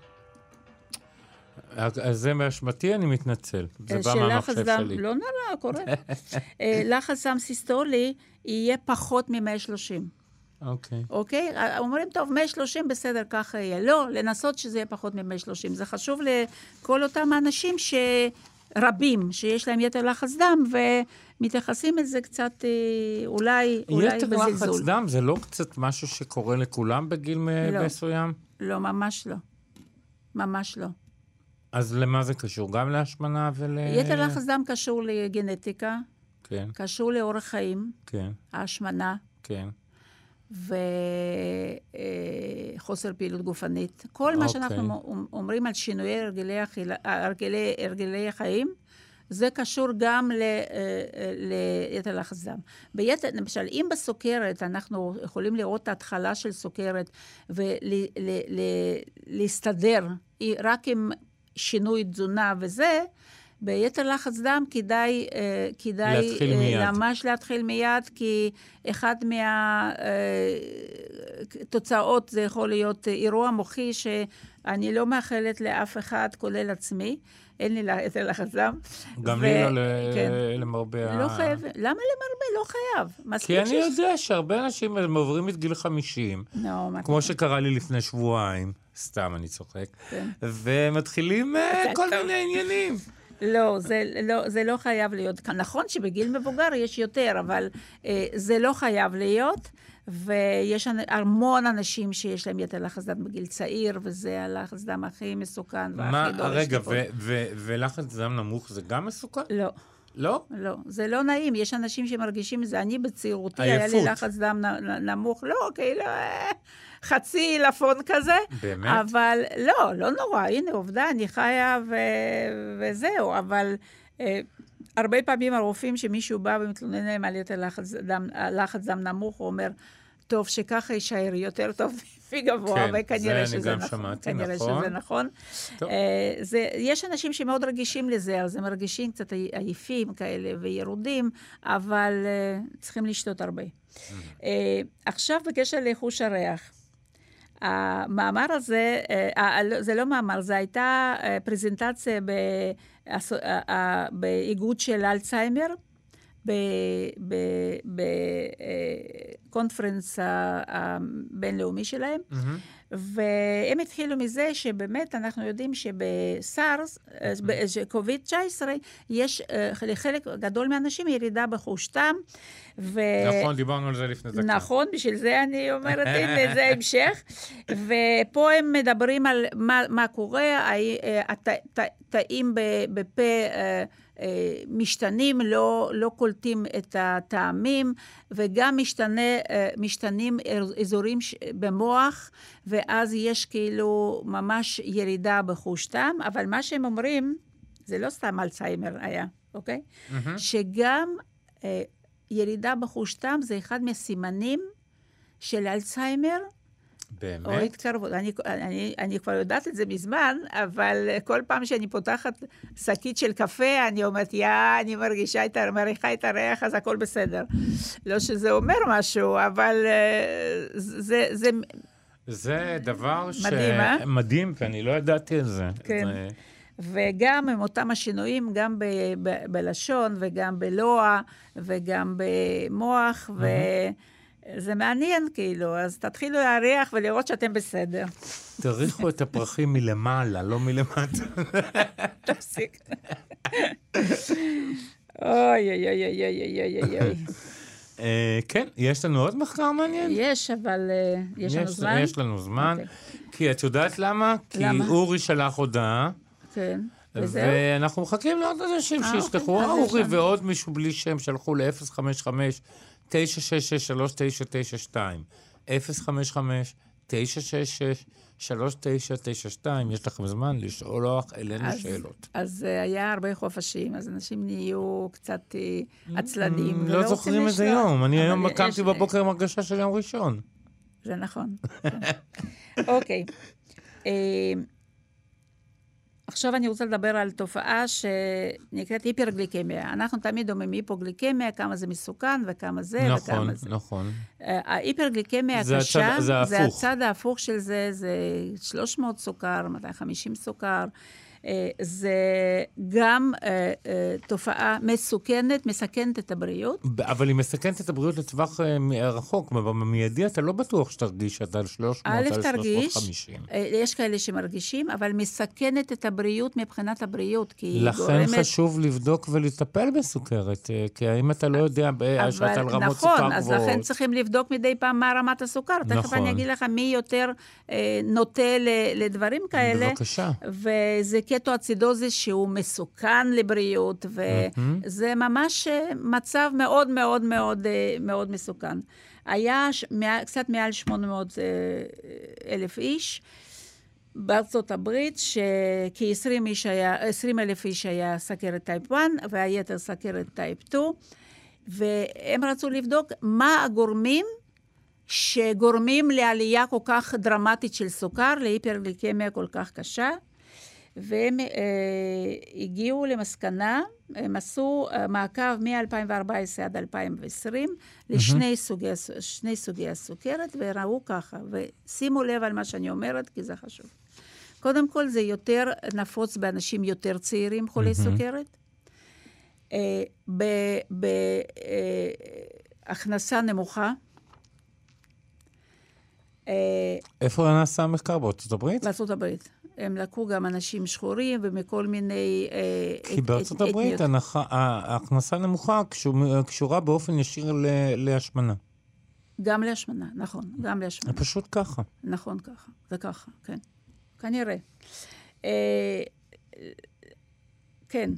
[SPEAKER 2] אז זה מאשמתי, אני מתנצל. זה בא מהמחשב שלי.
[SPEAKER 3] לא נראה, קורה. לחץ דם סיסטולי יהיה פחות מ-מאה ושלושים.
[SPEAKER 2] אוקיי.
[SPEAKER 3] אוקיי? אומרים, טוב, מאה ושלושים בסדר, ככה יהיה. לא, לנסות שזה יהיה פחות מ-מאה ושלושים. זה חשוב לכל אותם האנשים ש... רבים שיש להם יתר לחץ דם, ומתייחסים את זה קצת אולי, אולי בזלזול.
[SPEAKER 2] יתר לחץ דם זה לא קצת משהו שקורה לכולם בגיל
[SPEAKER 3] לא,
[SPEAKER 2] מסוים?
[SPEAKER 3] לא, ממש לא. ממש לא.
[SPEAKER 2] אז למה זה קשור? גם להשמנה ול...
[SPEAKER 3] יתר לחץ דם קשור לגנטיקה,
[SPEAKER 2] כן.
[SPEAKER 3] קשור לאורח חיים, כן. ההשמנה,
[SPEAKER 2] כן.
[SPEAKER 3] וחוסר פעילות גופנית. כל מה שאנחנו אומרים על שינויי הרגלי החיים, זה קשור גם ליתר לחץ דם. ביתר, למשל, אם בסוכרת אנחנו יכולים לראות את ההתחלה של סוכרת ולהסתדר רק עם שינוי תזונה וזה, ביתר לחץ דם כדאי, כדאי ממש להתחיל מיד, כי אחד מהתוצאות זה יכול להיות אירוע מוחי שאני לא מאחלת לאף אחד, כולל עצמי, אין לי יותר לחץ דם.
[SPEAKER 2] גם לי לא למרבה...
[SPEAKER 3] לא חייב, למה למרבה? לא חייב.
[SPEAKER 2] כי אני יודע שהרבה אנשים עוברים את גיל חמישים, כמו שקרה לי לפני שבועיים, סתם אני צוחק, ומתחילים כל מיני עניינים.
[SPEAKER 3] לא, זה לא, זה לא חייב להיות. נכון שבגיל מבוגר יש יותר, אבל אה, זה לא חייב להיות, ויש המון אנשים שיש להם יתר לחץ דם בגיל צעיר, וזה הלחץ דם הכי מסוכן והכי דורש.
[SPEAKER 2] רגע, ולחץ דם נמוך זה גם מסוכן?
[SPEAKER 3] לא.
[SPEAKER 2] לא?
[SPEAKER 3] לא, זה לא נעים. יש אנשים שמרגישים את זה. אני בצעירותי, היה לי לחץ דם נמוך, לא, כאילו, חצי לפון כזה. באמת? אבל לא, לא נורא. הנה, עובדה, אני חיה וזהו. אבל הרבה פעמים הרופאים שמישהו בא ומתלונן להם על יותר לחץ דם נמוך, הוא אומר, טוב, שככה יישאר יותר טוב לפי גבוה, וכנראה שזה נכון. כנראה שזה נכון. יש אנשים שמאוד רגישים לזה, אז הם מרגישים קצת עייפים כאלה וירודים, אבל צריכים לשתות הרבה. עכשיו בקשר לחוש הריח. המאמר הזה, זה לא מאמר, זה הייתה פרזנטציה באיגוד של אלצהיימר, בקונפרנס הבינלאומי שלהם, והם התחילו מזה שבאמת אנחנו יודעים שבסארס, קוביד תשע עשרה, יש לחלק גדול מהאנשים ירידה בחוש טעם.
[SPEAKER 2] נכון, דיברנו על זה לפני דקה.
[SPEAKER 3] נכון, בשביל זה אני אומרת, הנה, זה המשך. ופה הם מדברים על מה קורה, התאים בפה משתנים, לא, לא קולטים את הטעמים, וגם משתנה, משתנים אזורים במוח, ואז יש כאילו ממש ירידה בחוש טעם, אבל מה שהם אומרים, זה לא סתם אלצהיימר היה, אוקיי? Mm-hmm. שגם אה, ירידה בחוש טעם זה אחד מהסימנים של אלצהיימר,
[SPEAKER 2] באמת?
[SPEAKER 3] או התקרבות. אני, אני, אני כבר יודעת את זה מזמן, אבל כל פעם שאני פותחת שקית של קפה, אני אומרת, יא, אני מרגישה את, מריחה את הריח, אז הכל בסדר. לא שזה אומר משהו, אבל זה... זה,
[SPEAKER 2] זה דבר
[SPEAKER 3] מדהים, ש... אה?
[SPEAKER 2] מדהים, כי אני לא ידעתי על זה.
[SPEAKER 3] כן.
[SPEAKER 2] זה...
[SPEAKER 3] וגם עם אותם השינויים, גם ב, ב, בלשון, וגם בלוע, וגם במוח, ו... זה מעניין, כאילו, אז תתחילו להריח ולראות שאתם בסדר.
[SPEAKER 2] תריחו את הפרחים מלמעלה, לא מלמטה.
[SPEAKER 3] תפסיק. אוי, אוי, אוי, אוי, אוי, אוי, אוי.
[SPEAKER 2] כן, יש לנו עוד מחקר מעניין?
[SPEAKER 3] יש, אבל יש לנו זמן?
[SPEAKER 2] יש לנו זמן, כי את יודעת למה? כי אורי שלח הודעה.
[SPEAKER 3] כן.
[SPEAKER 2] ואנחנו מחכים לעוד אנשים שישלחו, אורי ועוד מישהו בלי שם, שלחו ל-אפס חמש חמש תשע שש שש שלוש תשע תשע שתיים. אפס חמש חמש תשע שש שש שלוש תשע תשע שתיים. יש לכם זמן לשאול לך אלינו שאלות.
[SPEAKER 3] אז היה הרבה חופשים, אז אנשים נהיו קצת עצלנים.
[SPEAKER 2] לא זוכרים איזה יום. אני היום קמתי בבוקר עם הרגשה של יום ראשון.
[SPEAKER 3] זה נכון. אוקיי. עכשיו אני רוצה לדבר על תופעה שנקראת היפרגליקמיה. אנחנו תמיד אומרים היפוגליקמיה, כמה זה מסוכן וכמה זה
[SPEAKER 2] נכון,
[SPEAKER 3] וכמה זה.
[SPEAKER 2] נכון, נכון.
[SPEAKER 3] ההיפרגליקמיה הקשה,
[SPEAKER 2] הצד, זה,
[SPEAKER 3] זה הצד ההפוך של זה, זה שלוש מאות סוכר, מאתיים וחמישים סוכר. זה גם תופעה מסוכנת, מסכנת את הבריאות.
[SPEAKER 2] אבל היא מסכנת את הבריאות לטווח רחוק, במיידי אתה לא בטוח שתרגיש שאתה על שלוש מאות, על שלוש מאות וחמישים.
[SPEAKER 3] יש כאלה שמרגישים, אבל מסכנת את הבריאות מבחינת הבריאות, כי היא
[SPEAKER 2] לכן
[SPEAKER 3] גורמת...
[SPEAKER 2] חשוב לבדוק ולטפל בסוכרת, כי האם אתה לא יודע שאתה על רמות סוכר גבוהות.
[SPEAKER 3] נכון, אז לכן צריכים לבדוק מדי פעם מה רמת הסוכר.
[SPEAKER 2] נכון.
[SPEAKER 3] תכף אני אגיד לך מי יותר נוטה לדברים כאלה.
[SPEAKER 2] בבקשה.
[SPEAKER 3] וזה קטואצידוזיס שהוא מסוכן לבריאות, וזה ממש מצב מאוד מאוד מאוד מאוד מסוכן. היה קצת מעל שמונה מאות אלף איש בארצות הברית, שכ-עשרים אלף איש היה סכרת טייפ אחת, והיתר סכרת טייפ שתיים, והם רצו לבדוק מה הגורמים שגורמים לעלייה כל כך דרמטית של סוכר, להיפרגליקמיה כל כך קשה, והם אה, הגיעו למסקנה, הם עשו אה, מעקב מ-אלפיים וארבע עשרה עד אלפיים ועשרים, לשני סוגי, שני סוגי הסוכרת, וראו ככה, ושימו לב על מה שאני אומרת, כי זה חשוב. קודם כל, זה יותר נפוץ באנשים יותר צעירים, חולי סוכרת. בהכנסה נמוכה.
[SPEAKER 2] איפה נעשה המחקר? בארצות הברית?
[SPEAKER 3] בארצות הברית. הם לקחו גם אנשים שחורים ומכל מיני...
[SPEAKER 2] כי בארצות הברית ההכנסה נמוכה קשורה באופן ישיר להשמנה.
[SPEAKER 3] גם להשמנה, נכון, גם להשמנה.
[SPEAKER 2] זה פשוט ככה.
[SPEAKER 3] נכון, ככה. זה ככה, כן. כנראה. כן.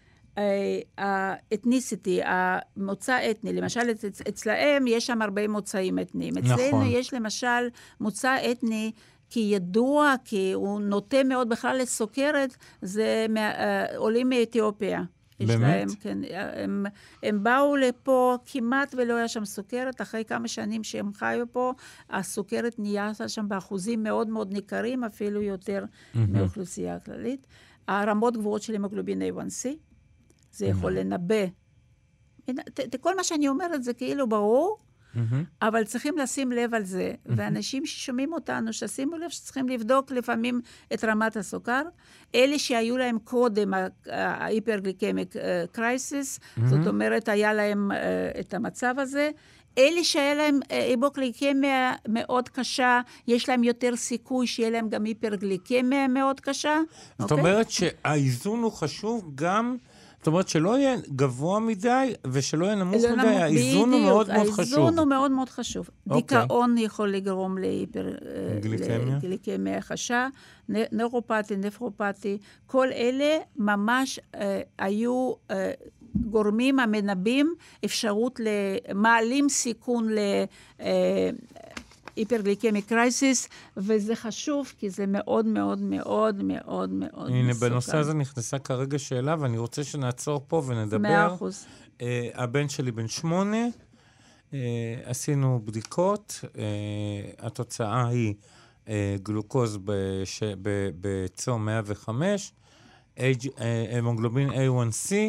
[SPEAKER 3] האתניסיטי, המוצא אתני, למשל אצלהם יש שם הרבה מוצאים אתניים. אצלנו יש למשל מוצא אתני כי ידוע, כי הוא נוטה מאוד בכלל לסוכרת, זה עולים מאתיופיה.
[SPEAKER 2] באמת?
[SPEAKER 3] כן, הם, הם באו לפה, כמעט ולא היה שם סוכרת, אחרי כמה שנים שהם חיו פה, הסוכרת נהיה שם באחוזים מאוד מאוד ניכרים, אפילו יותר mm-hmm. מאוכלוסייה הכללית. הרמות גבוהות של המוגלובין איי וואן סי, זה יכול mm-hmm. לנבא. ת, ת, כל מה שאני אומרת זה כאילו ברור, mm-hmm. אבל צריכים לשים לב על זה, mm-hmm. ואנשים ששומעים אותנו, ששימו לב שצריכים לבדוק לפעמים את רמת הסוכר, אלה שהיו להם קודם ההיפרגליקמיק קרייסיס, mm-hmm. זאת אומרת, היה להם uh, את המצב הזה, אלה שהיה להם היפוגליקמיה מאוד קשה, יש להם יותר סיכוי שיהיה להם גם היפרגליקמיה מאוד קשה.
[SPEAKER 2] זאת אומרת שהאיזון הוא חשוב גם... זאת אומרת שלא יהיה גבוה מדי ושלא יהיה נמוך מדי, האיזון הוא מאוד מאוד חשוב.
[SPEAKER 3] האיזון הוא מאוד מאוד חשוב. דיכאון יכול לגרום להיפרגליקמיה קשה, נוירופתי, נפרופתי, כל אלה ממש היו גורמים המנבאים אפשרות למעלים סיכון ל... היפרגליקמיק קרייסיס, וזה חשוב, כי זה מאוד מאוד מאוד מאוד מאוד
[SPEAKER 2] הנה, מסוכן. בנושא הזה נכנסה כרגע שאלה, ואני רוצה שנעצור פה ונדבר.
[SPEAKER 3] מאה אחוז.
[SPEAKER 2] Uh, הבן שלי בן שמונה, uh, עשינו בדיקות, uh, התוצאה היא uh, גלוקוז בש... ב... בצום מאה וחמש, המוגלובין איי וואן סי,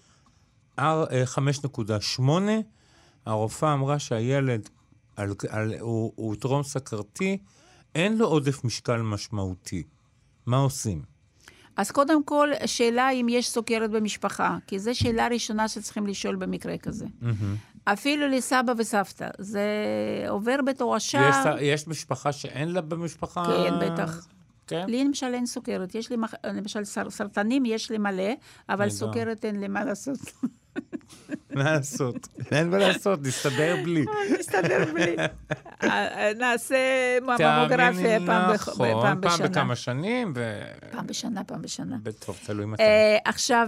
[SPEAKER 2] חמש נקודה שמונה, הרופאה אמרה שהילד על, על, הוא, הוא טרום סכרתי, אין לו עודף משקל משמעותי. מה עושים?
[SPEAKER 3] אז קודם כל, שאלה אם יש סוכרת במשפחה, כי זו שאלה ראשונה שצריכים לשאול במקרה כזה. Mm-hmm. אפילו לסבא וסבתא, זה עובר בתורשה...
[SPEAKER 2] יש, יש משפחה שאין לה במשפחה?
[SPEAKER 3] כן, בטח.
[SPEAKER 2] כן?
[SPEAKER 3] לי למשל אין סוכרת. יש לי, למשל, סרטנים יש לי מלא, אבל סוכרת אין לי מה לעשות.
[SPEAKER 2] מה לעשות? אין מה לעשות, נסתדר בלי.
[SPEAKER 3] נסתדר בלי. נעשה ממוגרפיה פעם בשנה.
[SPEAKER 2] פעם בכמה שנים.
[SPEAKER 3] פעם בשנה, פעם בשנה.
[SPEAKER 2] בטוב, תלוי מתי.
[SPEAKER 3] עכשיו,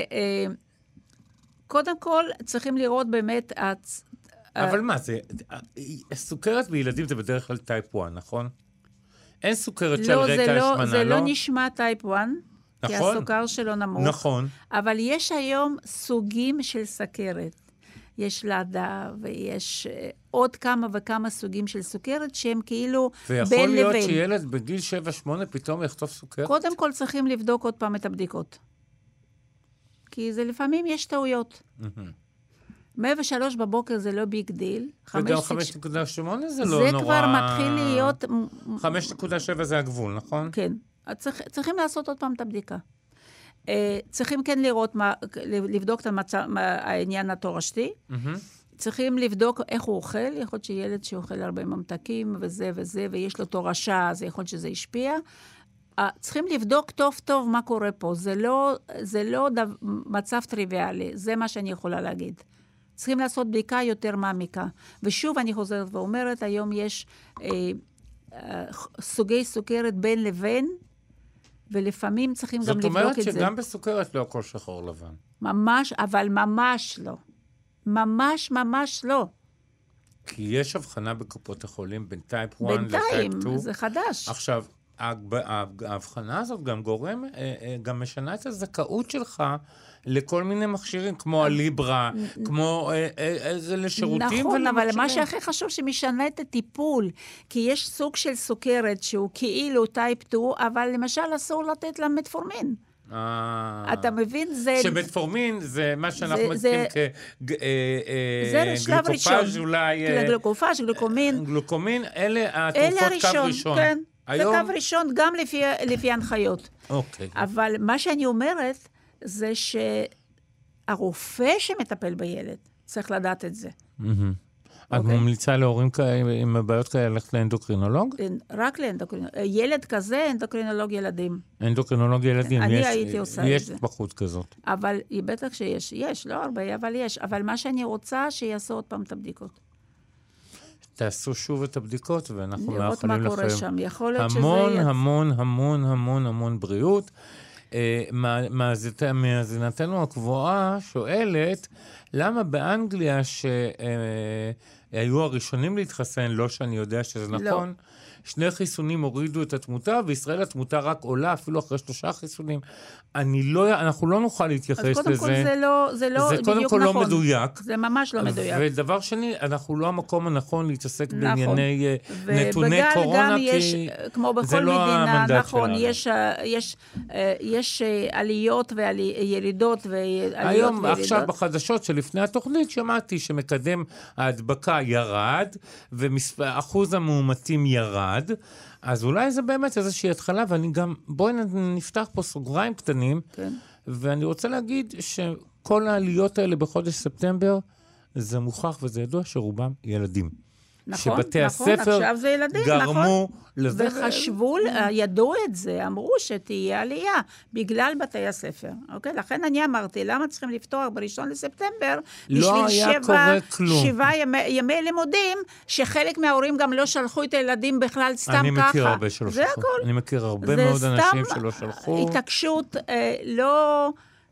[SPEAKER 3] קודם כל, צריכים לראות באמת...
[SPEAKER 2] אבל מה זה? סוכרת בילדים זה בדרך כלל טייפ אחת, נכון? אין סוכרת של רקע השמנה, לא?
[SPEAKER 3] זה לא נשמע טייפ אחת. כי
[SPEAKER 2] נכון,
[SPEAKER 3] הסוכר שלו נמוך.
[SPEAKER 2] נכון.
[SPEAKER 3] אבל יש היום סוגים של סוכרת. יש לידה, ויש עוד כמה וכמה סוגים של סוכרת, שהם כאילו בין לבין.
[SPEAKER 2] ויכול להיות שילד בגיל שבע שמונה פתאום יחטוף סוכרת?
[SPEAKER 3] קודם כל צריכים לבדוק עוד פעם את הבדיקות. כי זה לפעמים יש טעויות. מאה ושלוש בבוקר זה לא ביג דיל.
[SPEAKER 2] וגם חמש נקודה שמונה זה לא נורא...
[SPEAKER 3] זה כבר מתחיל להיות...
[SPEAKER 2] חמש נקודה שבע זה הגבול, נכון?
[SPEAKER 3] כן. צריך, צריכים לעשות עוד פעם את הבדיקה. Uh, צריכים כן לראות, מה, לבדוק את המצב, מה, העניין התורשתי. Mm-hmm. צריכים לבדוק איך הוא אוכל. יכול להיות שילד שאוכל הרבה ממתקים וזה וזה, ויש לו תורשה, אז יכול להיות שזה השפיע. Uh, צריכים לבדוק טוב טוב מה קורה פה. זה לא, זה לא דו, מצב טריוויאלי. זה מה שאני יכולה להגיד. צריכים לעשות בדיקה יותר מעמיקה. ושוב אני חוזרת ואומרת, היום יש uh, uh, סוגי סוכרת בין לבין, ולפעמים צריכים גם לבדוק את זה.
[SPEAKER 2] זאת אומרת שגם בסוכרת לא הכל שחור לבן.
[SPEAKER 3] ממש, אבל ממש לא. ממש, ממש לא.
[SPEAKER 2] כי יש הבחנה בקופות החולים בין טייפ אחת לטייפ שתיים.
[SPEAKER 3] בינתיים, זה חדש.
[SPEAKER 2] עכשיו, ההבחנה הזאת גם גורם, גם משנה את הזכאות שלך לכל מיני מכשירים, כמו הליברה, כמו איזה לשירותים.
[SPEAKER 3] נכון, אבל מה שהכי חשוב שמשנה את הטיפול, כי יש סוג של סוכרת שהוא כאילו טייפ שתיים, אבל למשל אסור לתת לה מטפורמין. אתה מבין?
[SPEAKER 2] שמטפורמין זה מה שאנחנו מדברים כגלוקופאז' אולי.
[SPEAKER 3] גלוקופאז', גלוקומין.
[SPEAKER 2] גלוקומין, אלה התרופות קו ראשון.
[SPEAKER 3] כן.
[SPEAKER 2] היום...
[SPEAKER 3] זה קו ראשון גם לפי, לפי הנחיות.
[SPEAKER 2] אוקיי.
[SPEAKER 3] אבל מה שאני אומרת, זה שהרופא שמטפל בילד, צריך לדעת את זה.
[SPEAKER 2] את ממליצה להורים עם בעיות כאלה ללכת לאנדוקרינולוג?
[SPEAKER 3] רק לאנדוקרינולוג. ילד כזה, אנדוקרינולוג ילדים.
[SPEAKER 2] אנדוקרינולוג ילדים.
[SPEAKER 3] אני הייתי עושה את זה.
[SPEAKER 2] יש בחוץ כזאת.
[SPEAKER 3] אבל בטח שיש. יש, לא הרבה, אבל יש. אבל מה שאני רוצה, שיעשו עוד פעם את הבדיקות.
[SPEAKER 2] תעשו שוב את הבדיקות, ואנחנו מאחלים לכם.
[SPEAKER 3] לראות מה קורה שם. יכול להיות שזה...
[SPEAKER 2] המון, המון, המון, המון, המון בריאות. מאזינתנו הקבועה שואלת, למה באנגליה שהיו הראשונים להתחסן, לא שאני יודע שזה נכון, שני חיסונים הורידו את התמותה, וישראל התמותה רק עולה, אפילו אחרי שלושה חיסונים. אני לא, אנחנו לא נוכל להתייחס לזה.
[SPEAKER 3] אז קודם כל זה לא, זה לא בדיוק נכון.
[SPEAKER 2] זה קודם כל לא מדויק.
[SPEAKER 3] זה ממש לא מדויק.
[SPEAKER 2] ודבר שני, אנחנו לא המקום הנכון להתעסק בענייני נתוני קורונה, כי
[SPEAKER 3] כמו בכל מדינה, נכון, יש, יש, יש עליות וירידות ועליות וירידות.
[SPEAKER 2] היום, עכשיו בחדשות שלפני התוכנית, שמעתי שמקדם ההדבקה ירד, ואחוז המאומתים ירד, אז אולי זה באמת איזושהי התחלה, ואני גם, בואי נפתח פה סוגריים קטנים,
[SPEAKER 3] כן.
[SPEAKER 2] ואני רוצה להגיד שכל העליות האלה בחודש ספטמבר, זה מוכח וזה ידוע שרובם ילדים.
[SPEAKER 3] נכון,
[SPEAKER 2] שבתי
[SPEAKER 3] נכון,
[SPEAKER 2] הספר
[SPEAKER 3] עכשיו זה ילדים,
[SPEAKER 2] גרמו
[SPEAKER 3] נכון.
[SPEAKER 2] לזה.
[SPEAKER 3] וחשבו, ידעו את זה, אמרו שתהיה עלייה, בגלל בתי הספר. אוקיי? לכן אני אמרתי, למה צריכים לפתוח בראשון לספטמבר,
[SPEAKER 2] לא היה קורה כלום.
[SPEAKER 3] שבעה ימי, ימי לימודים, שחלק מההורים גם לא שלחו את הילדים בכלל סתם ככה.
[SPEAKER 2] אני מכיר הרבה שלא
[SPEAKER 3] זה
[SPEAKER 2] שלחו.
[SPEAKER 3] הכל.
[SPEAKER 2] אני מכיר הרבה מאוד אנשים שלא שלחו.
[SPEAKER 3] התעקשות, אה, לא...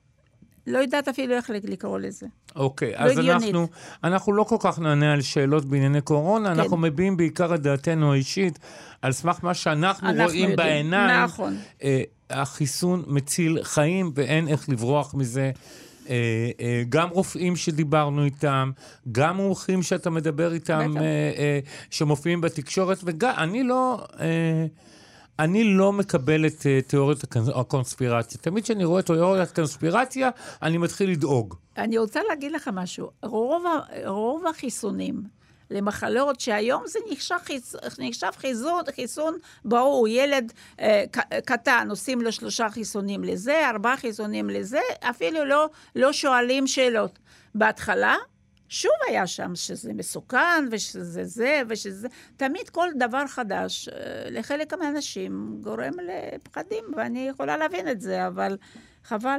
[SPEAKER 3] לא יודעת אפילו איך לקרוא לזה.
[SPEAKER 2] אוקיי, לא אז אנחנו, אנחנו לא כל כך נענה על שאלות בענייני קורונה, כן. אנחנו מביאים בעיקר את דעתנו האישית, על סמך מה שאנחנו רואים יודעים. בעיניים.
[SPEAKER 3] נכון.
[SPEAKER 2] אה, החיסון מציל חיים, ואין איך לברוח מזה. אה, אה, גם רופאים שדיברנו איתם, גם מומחים שאתה מדבר איתם, אה, אה, שמופיעים בתקשורת, וגם, אני לא... אה, אני לא מקבל את uh, תיאוריית הקונספירציה. תמיד כשאני רואה את תיאוריית הקונספירציה, אני מתחיל לדאוג.
[SPEAKER 3] אני רוצה להגיד לך משהו. רוב, רוב החיסונים למחלות שהיום זה נחשב, נחשב חיסון, חיסון ברור, ילד uh, קטן, עושים לו שלושה חיסונים לזה, ארבעה חיסונים לזה, אפילו לא, לא שואלים שאלות. בהתחלה, שוב היה שם שזה מסוכן, ושזה זה, ושזה... תמיד כל דבר חדש, לחלק מהאנשים גורם לפחדים, ואני יכולה להבין את זה, אבל חבל.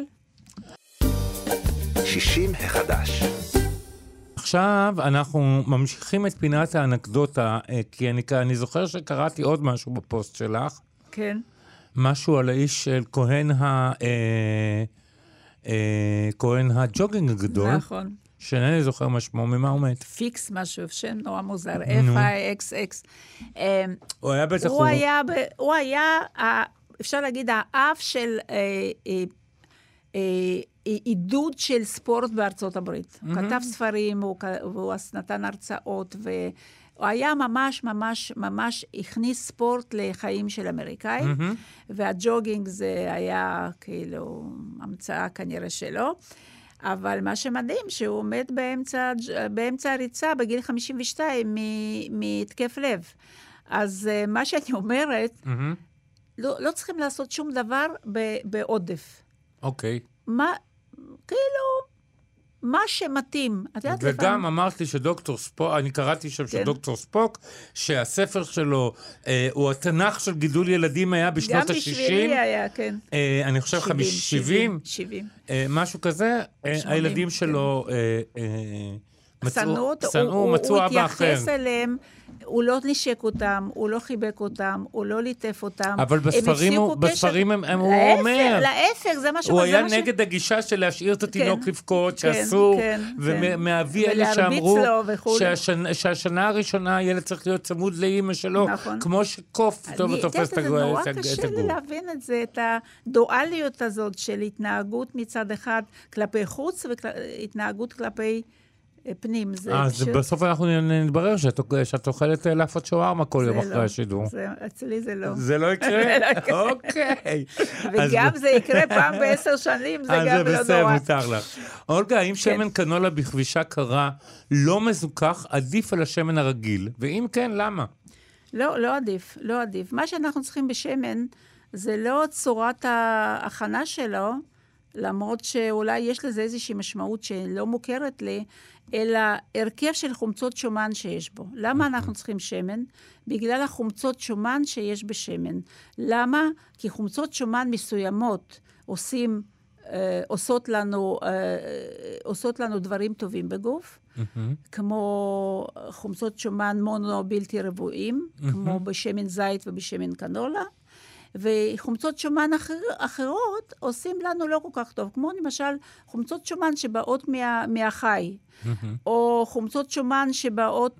[SPEAKER 1] שישים החדש.
[SPEAKER 2] עכשיו אנחנו ממשיכים את פינת האנקדוטה, כי אני, אני זוכר שקראתי עוד משהו בפוסט שלך.
[SPEAKER 3] כן.
[SPEAKER 2] משהו על האיש של כהן, ה, אה, אה, כהן הג'וגינג הגדול.
[SPEAKER 3] נכון.
[SPEAKER 2] שאינני זוכר משמו, ממה עומד?
[SPEAKER 3] פיקס משהו, שם נורא מוזר, אף איי אקס אקס.
[SPEAKER 2] הוא היה בטח...
[SPEAKER 3] הוא היה, הוא היה, אפשר להגיד, האף של עידוד של ספורט בארצות הברית. הוא כתב ספרים, והוא נתן הרצאות, והוא היה ממש, ממש, ממש הכניס ספורט לחיים של אמריקאים, והג'וגינג זה היה כאילו המצאה כנראה שלו. אבל מה שמדהים, שהוא עומד באמצע, באמצע הריצה בגיל חמישים ושתיים מתקף לב. אז מה שאני אומרת, mm-hmm. לא, לא צריכים לעשות שום דבר בעודף.
[SPEAKER 2] אוקיי. Okay.
[SPEAKER 3] מה, כאילו, מה שמתאים.
[SPEAKER 2] וגם לפעמים... אמרת לי שדוקטור ספוק, אני קראתי שם כן. שדוקטור ספוק, שהספר שלו, אה, הוא התנ"ך של גידול ילדים היה בשנות ה-שישים. גם
[SPEAKER 3] בשבילי היה, כן.
[SPEAKER 2] אה, אני חושב שבעים.
[SPEAKER 3] שבעים.
[SPEAKER 2] אה, משהו כזה, אה, הילדים שלו כן. אה, אה, מצאו,
[SPEAKER 3] שנאו,
[SPEAKER 2] מצאו אבא אחר.
[SPEAKER 3] הוא התייחס אליהם, הוא לא נשק אותם, הוא לא חיבק אותם, הוא לא ליטף אותם.
[SPEAKER 2] אבל בספרים הוא, בספרים הם, הם, הוא אומר...
[SPEAKER 3] להפך, זה מה
[SPEAKER 2] הוא היה נגד הגישה של להשאיר את התינוק לבכות, שאסור, ומאבי אלה שאמרו שהשנה הראשונה הילד צריך להיות צמוד לאמא שלו, כמו שקוף טוב ותופס את הגור.
[SPEAKER 3] זה נורא קשה לי להבין את זה, את הדואליות הזאת של התנהגות מצד אחד כלפי חוץ, והתנהגות כלפי... פנים.
[SPEAKER 2] אז בסוף אנחנו נתברר שאת אוכלת לאפות שווארמה כל יום אחרי השידור.
[SPEAKER 3] אצלי זה לא.
[SPEAKER 2] זה לא יקרה? אוקיי.
[SPEAKER 3] וגם זה יקרה פעם בעשר שנים, זה גם לא נורא.
[SPEAKER 2] אז זה בסדר, מותר לך. אולגה, האם שמן קנולה בכבישה קרה לא מזוכח עדיף על השמן הרגיל? ואם כן, למה?
[SPEAKER 3] לא, לא עדיף, לא עדיף. מה שאנחנו צריכים בשמן, זה לא צורת ההכנה שלו, למרות שאולי יש לזה איזושהי משמעות שלא מוכרת לי, אלא הרכב של חומצות שומן שיש בו. למה אנחנו צריכים שמן? בגלל החומצות שומן שיש בשמן. למה? כי חומצות שומן מסוימות עושים, אה, עושות לנו, אה, עושות לנו דברים טובים בגוף, mm-hmm. כמו חומצות שומן מונו בלתי רבועים, mm-hmm. כמו בשמן זית ובשמן קנולה, וחומצות שומן אחר, אחרות עושים לנו לא כל כך טוב, כמו למשל חומצות שומן שבאות מה, מהחי, mm-hmm. או חומצות שומן שבאות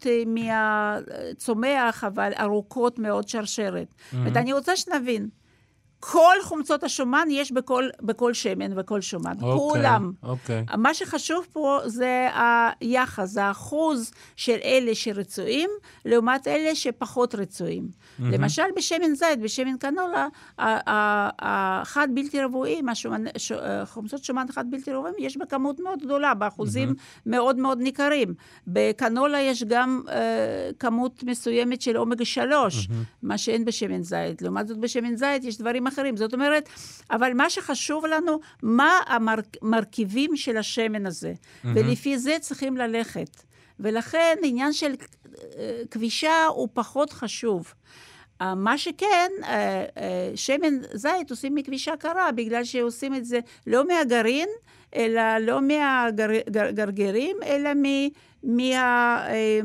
[SPEAKER 3] מהצומח, אבל ארוכות מאוד שרשרת. Mm-hmm. ואני רוצה שנבין, כל חומצות השומן יש בכל, בכל שמן וכל שומן, okay, כולם. Okay. מה שחשוב פה זה היחס, זה האחוז של אלה שרצויים, לעומת אלה שפחות רצויים. Mm-hmm. למשל, בשמן זית, בשמן קנולה, החד בלתי רבועים, חומצות שומן חד בלתי רבועים, יש בכמות מאוד גדולה, באחוזים mm-hmm. מאוד מאוד ניכרים. בקנולה יש גם uh, כמות מסוימת של אומגה שלוש, mm-hmm. מה שאין בשמן זית. לעומת זאת, בשמן זית יש דברים אחרים. זאת אומרת, אבל מה שחשוב לנו, מה המרכיבים של השמן הזה. Mm-hmm. ולפי זה צריכים ללכת. ולכן, עניין של כבישה הוא פחות חשוב. מה שכן, שמן זית עושים מכבישה קרה, בגלל שעושים את זה לא מהגרעין, אלא לא מהגרגרים, אלא מה,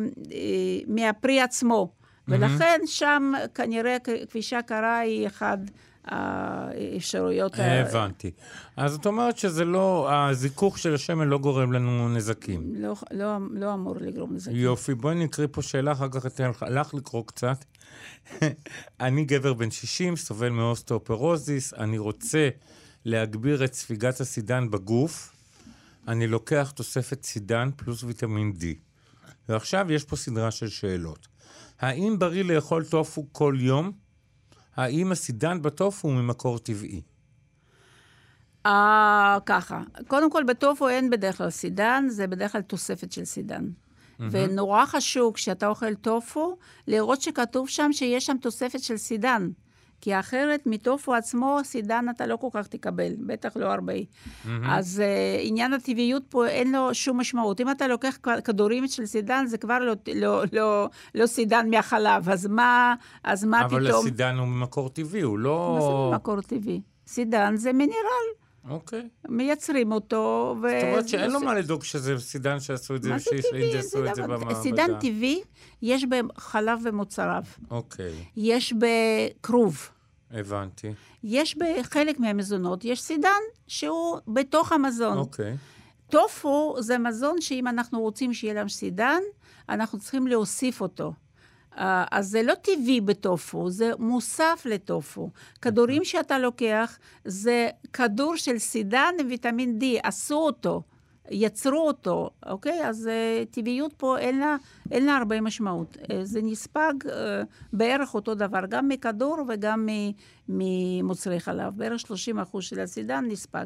[SPEAKER 3] מהפרי עצמו. ולכן שם כנראה כבישה קרה היא אחד האפשרויות.
[SPEAKER 2] הבנתי. אז את אומרת שזה לא, הזיכוך של השמן לא גורם לנו נזקים.
[SPEAKER 3] לא, לא, לא אמור לגרום נזקים.
[SPEAKER 2] יופי, בואי נקריא פה שאלה, אחר כך אתן לך לקרוא קצת. אני גבר בן שישים, סובל מאוסטאופורוזיס, אני רוצה להגביר את ספיגת הסידן בגוף, אני לוקח תוספת סידן פלוס ויטמין D. ועכשיו יש פה סדרה של שאלות. האם בריא לאכול טופו כל יום? האם הסידן בטופו הוא ממקור טבעי?
[SPEAKER 3] אה, ככה. קודם כל, בטופו אין בדרך כלל סידן, זה בדרך כלל תוספת של סידן. Mm-hmm. ונורא חשוב, כשאתה אוכל טופו, לראות שכתוב שם שיש שם תוספת של סידן. כי אחרת, מטופו עצמו, סידן אתה לא כל כך תקבל, בטח לא הרבה. Mm-hmm. אז uh, עניין הטבעיות פה אין לו שום משמעות. אם אתה לוקח כדורים של סידן, זה כבר לא, לא, לא, לא סידן מהחלב. אז מה, אז מה
[SPEAKER 2] אבל
[SPEAKER 3] פתאום?
[SPEAKER 2] אבל הסידן הוא ממקור טבעי, הוא לא...
[SPEAKER 3] מה זה ממקור טבעי? סידן זה מינרל.
[SPEAKER 2] אוקיי.
[SPEAKER 3] מייצרים אותו. ו...
[SPEAKER 2] זאת אומרת שאין לו מה לדאוג שזה סידן שעשו את זה, שישעשו את זה במעבדה.
[SPEAKER 3] סידן טבעי, יש בחלב ומוצריו.
[SPEAKER 2] אוקיי.
[SPEAKER 3] יש בכרוב.
[SPEAKER 2] הבנתי.
[SPEAKER 3] יש בחלק מהמזונות, יש סידן שהוא בתוך המזון.
[SPEAKER 2] אוקיי.
[SPEAKER 3] טופו זה מזון שאם אנחנו רוצים שיהיה להם סידן, אנחנו צריכים להוסיף אותו. אז זה לא טבעי בטופו, זה מוסף לטופו. כדורים שאתה לוקח, זה כדור של סידן עם ויטמין D, עשו אותו, יצרו אותו, אוקיי? אז טבעיות פה אין לה, אין לה הרבה משמעות. זה נספג בערך אותו דבר, גם מכדור וגם ממוצרי חלב. בערך שלושים אחוז של הסידן נספג.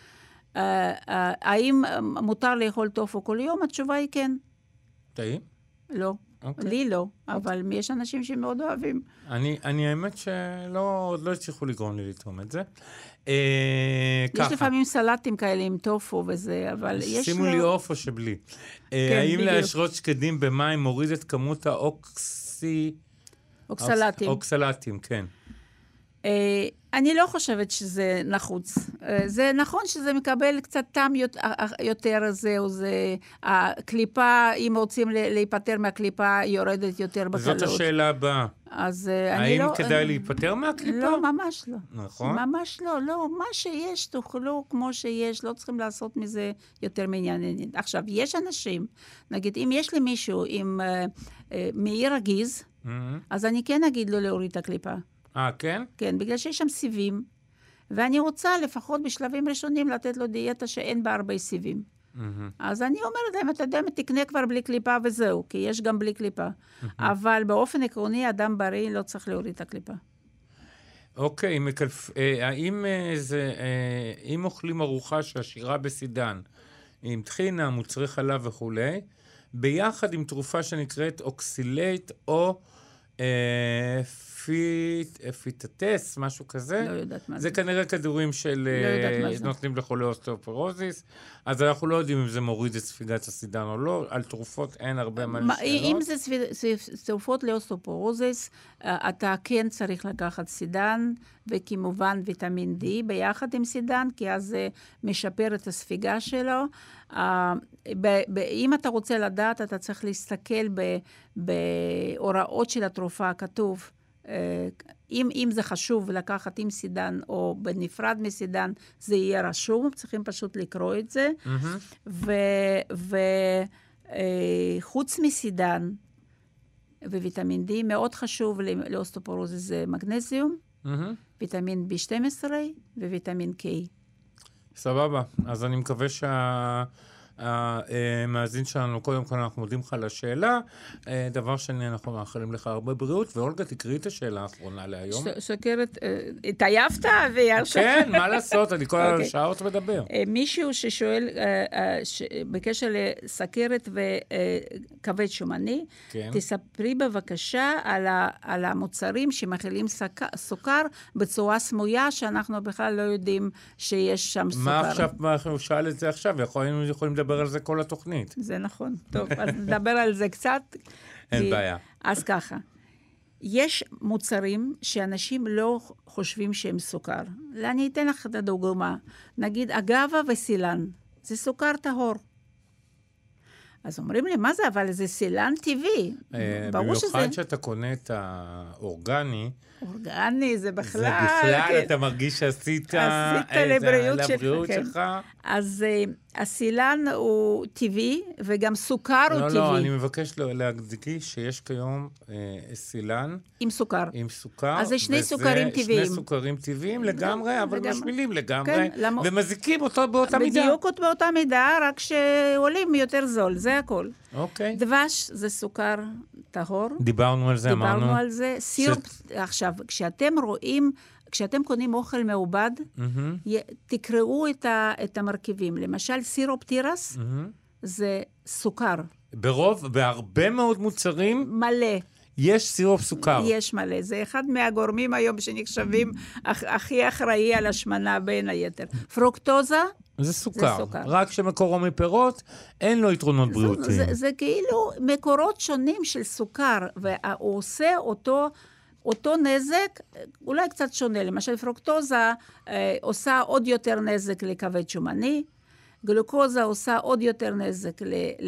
[SPEAKER 3] האם מותר לאכול טופו כל יום? התשובה היא כן.
[SPEAKER 2] טעים?
[SPEAKER 3] לא. Okay. לי לא, אבל יש אנשים שמאוד אוהבים.
[SPEAKER 2] אני, אני האמת שלא לא הצליחו לגרום לי לתרום את זה.
[SPEAKER 3] אה, יש ככה. לפעמים סלטים כאלה עם טופו וזה, אבל יש...
[SPEAKER 2] שימו לי אוף או שבלי. כן, האם בדיוק. להשרות שקדים במים מוריד את כמות האוקסי...
[SPEAKER 3] אוקסלטים.
[SPEAKER 2] אוקסלטים, כן.
[SPEAKER 3] אה, אני לא חושבת שזה נחוץ. זה נכון שזה מקבל קצת טעם יותר, זהו, זה, הקליפה, אם רוצים להיפטר מהקליפה, יורדת יותר בקלות.
[SPEAKER 2] זאת השאלה הבאה.
[SPEAKER 3] אז
[SPEAKER 2] אני
[SPEAKER 3] לא...
[SPEAKER 2] האם כדאי להיפטר מהקליפה?
[SPEAKER 3] לא, ממש לא.
[SPEAKER 2] נכון?
[SPEAKER 3] ממש לא, לא. מה שיש, תאכלו כמו שיש, לא צריכים לעשות מזה יותר מעניין. עכשיו, יש אנשים, נגיד, אם יש לי מישהו עם מעי רגיז, אז אני כן אגיד לו להוריד את הקליפה.
[SPEAKER 2] אה, כן?
[SPEAKER 3] כן, בגלל שיש שם סיבים, ואני רוצה לפחות בשלבים ראשונים לתת לו דיאטה שאין בה הרבה סיבים. Mm-hmm. אז אני אומרת להם, אתה יודע, תקנה כבר בלי קליפה וזהו, כי יש גם בלי קליפה. Mm-hmm. אבל באופן עקרוני, אדם בריא לא צריך להוריד את הקליפה.
[SPEAKER 2] אוקיי, מקלפ... אה, האם, אה, זה, אה, אם אוכלים ארוחה שעשירה בסידן, עם טחינה, מוצרי חלב וכו', ביחד עם תרופה שנקראת אוקסילייט או פיטטס, משהו כזה.
[SPEAKER 3] לא יודעת מה זה.
[SPEAKER 2] זה כנראה כדורים של נותנים לחולי אוסטאופורוזיס, אז אנחנו לא יודעים אם זה מוריד את ספיגת הסידן או לא, על תרופות אין הרבה מה לשאלות.
[SPEAKER 3] אם זה תרופות לאוסטאופורוזיס, אתה כן צריך לקחת סידן, וכמובן ויטמין D ביחד עם סידן, כי אז זה משפר את הספיגה שלו. אם אתה רוצה לדעת, אתה צריך להסתכל בהוראות של התרופה, כתוב, אם, אם זה חשוב לקחת עם סידן או בנפרד מסידן, זה יהיה רשום, צריכים פשוט לקרוא את זה. וחוץ מסידן וויטמין D, מאוד חשוב לאוסטאופורוזיס זה מגנזיום, ויטמין בי שתים עשרה וויטמין K.
[SPEAKER 2] סבבה, אז אני מקווה שה... המאזין שלנו, קודם כל אנחנו מודים לך לשאלה. דבר שני, אנחנו מאחלים לך הרבה בריאות, ואולגה, תקראי את השאלה האחרונה להיום.
[SPEAKER 3] סוכרת, התעייפת וירשת?
[SPEAKER 2] כן, מה לעשות? אני כל השעות מדבר.
[SPEAKER 3] מישהו ששואל בקשר לסוכרת וכבד שומני, תספרי בבקשה על המוצרים שמכילים סוכר בצורה סמויה, שאנחנו בכלל לא יודעים שיש שם סוכר.
[SPEAKER 2] מה עכשיו, מה אנחנו שאל את זה עכשיו? יכולים לדבר נדבר על זה כל התוכנית.
[SPEAKER 3] זה נכון. טוב, אז נדבר על זה קצת.
[SPEAKER 2] אין כי... בעיה.
[SPEAKER 3] אז ככה, יש מוצרים שאנשים לא חושבים שהם סוכר. אני אתן לך את הדוגמה. נגיד, אגבה וסילן. זה סוכר טהור. אז אומרים לי, מה זה? אבל זה סילן טבעי. ברור שזה...
[SPEAKER 2] במיוחד שאתה קונה את האורגני,
[SPEAKER 3] אורגני, זה בכלל...
[SPEAKER 2] זה בכלל, אתה מרגיש שעשית...
[SPEAKER 3] עשית לבריאות
[SPEAKER 2] שלך.
[SPEAKER 3] אז הסילן הוא טבעי, וגם סוכר הוא טבעי.
[SPEAKER 2] לא, לא, אני מבקש להדגיש שיש כיום סילן...
[SPEAKER 3] עם סוכר.
[SPEAKER 2] עם סוכר.
[SPEAKER 3] אז זה שני סוכרים טבעיים.
[SPEAKER 2] שני סוכרים טבעיים לגמרי, אבל משמילים לגמרי, ומזיקים אותו באותה מידה.
[SPEAKER 3] בדיוק באותה מידה, רק שעולים יותר זול, זה הכל.
[SPEAKER 2] אוקיי.
[SPEAKER 3] דבש זה סוכר טהור.
[SPEAKER 2] דיברנו על זה, אמרנו.
[SPEAKER 3] דיברנו על זה. סירופ, עכשיו, כשאתם רואים, כשאתם קונים אוכל מעובד, תקראו את המרכיבים. למשל, סירופ תירס, זה סוכר.
[SPEAKER 2] ברוב, בהרבה מאוד מוצרים.
[SPEAKER 3] מלא.
[SPEAKER 2] יש סירופ סוכר.
[SPEAKER 3] יש מלא. זה אחד מהגורמים היום שנחשבים הכי אחראי על השמנה בין היתר. פרוקטוזה,
[SPEAKER 2] זה סוכר. זה סוכר. רק שמקורו מפירות, אין לו יתרונות בריאותיים.
[SPEAKER 3] זה, זה, זה כאילו מקורות שונים של סוכר, והוא עושה אותו, אותו נזק, אולי קצת שונה. למשל, פרוקטוזה אה, עושה עוד יותר נזק לכבד שומני, גלוקוזה עושה עוד יותר נזק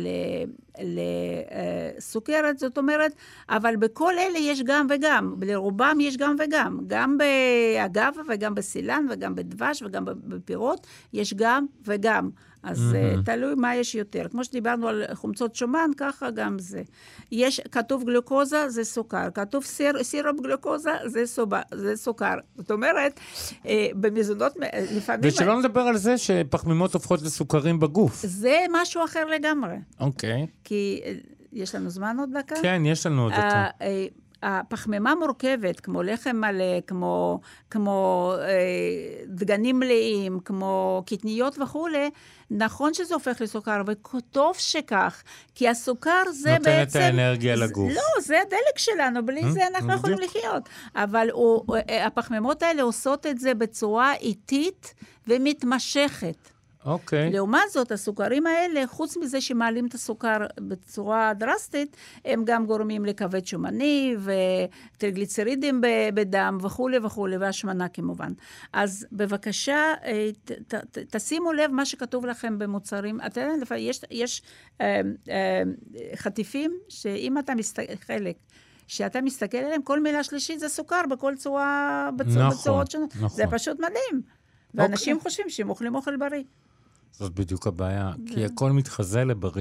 [SPEAKER 3] לסוכרת, זאת אומרת, אבל בכל אלה יש גם וגם, לרובם יש גם וגם, גם באגבה וגם בסילן וגם בדבש וגם בפירות, יש גם וגם. אז mm-hmm. תלוי מה יש יותר. כמו שדיברנו על חומצות שומן, ככה גם זה. יש, כתוב גלוקוזה, זה סוכר. כתוב סיר, סירופ גלוקוזה, זה, סובה, זה סוכר. זאת אומרת, אה, במזונות, לפעמים...
[SPEAKER 2] ושלא נדבר על זה שפחמימות הופכות לסוכרים בגוף.
[SPEAKER 3] זה משהו אחר לגמרי.
[SPEAKER 2] אוקיי. Okay.
[SPEAKER 3] כי יש לנו זמן עוד דקה?
[SPEAKER 2] כן, יש לנו עוד דקה. אה, אה,
[SPEAKER 3] הפחמימה מורכבת, כמו לחם מלא, כמו, כמו אה, דגנים מלאים, כמו קטניות וכו', נכון שזה הופך לסוכר, וטוב שכך, כי הסוכר זה
[SPEAKER 2] נותן
[SPEAKER 3] בעצם...
[SPEAKER 2] נותן את האנרגיה לגוף.
[SPEAKER 3] לא, זה הדלק שלנו, בלי mm-hmm. זה אנחנו יכולים לחיות. אבל הוא, הפחמימות האלה עושות את זה בצורה איטית ומתמשכת.
[SPEAKER 2] אוקיי.
[SPEAKER 3] לעומת זאת, הסוכרים האלה, חוץ מזה שמעלים את הסוכר בצורה דרסטית, הם גם גורמים לכבד שומני וטריגליצרידים בדם וכו' וכו', והשמנה כמובן. אז בבקשה, ת, ת, ת, תשימו לב מה שכתוב לכם במוצרים. אתה יודע, יש, יש אה, אה, חטיפים שאם אתה מסתכל, חלק, שאתה מסתכל עליהם, כל מילה שלישית זה סוכר בכל צורה, בצור,
[SPEAKER 2] נכון,
[SPEAKER 3] בצורות שונות.
[SPEAKER 2] נכון.
[SPEAKER 3] זה פשוט מדהים. ואנשים אוקיי. חושבים שהם אוכלים אוכל בריא.
[SPEAKER 2] זאת בדיוק הבעיה, כי הכל מתחזה לבריא.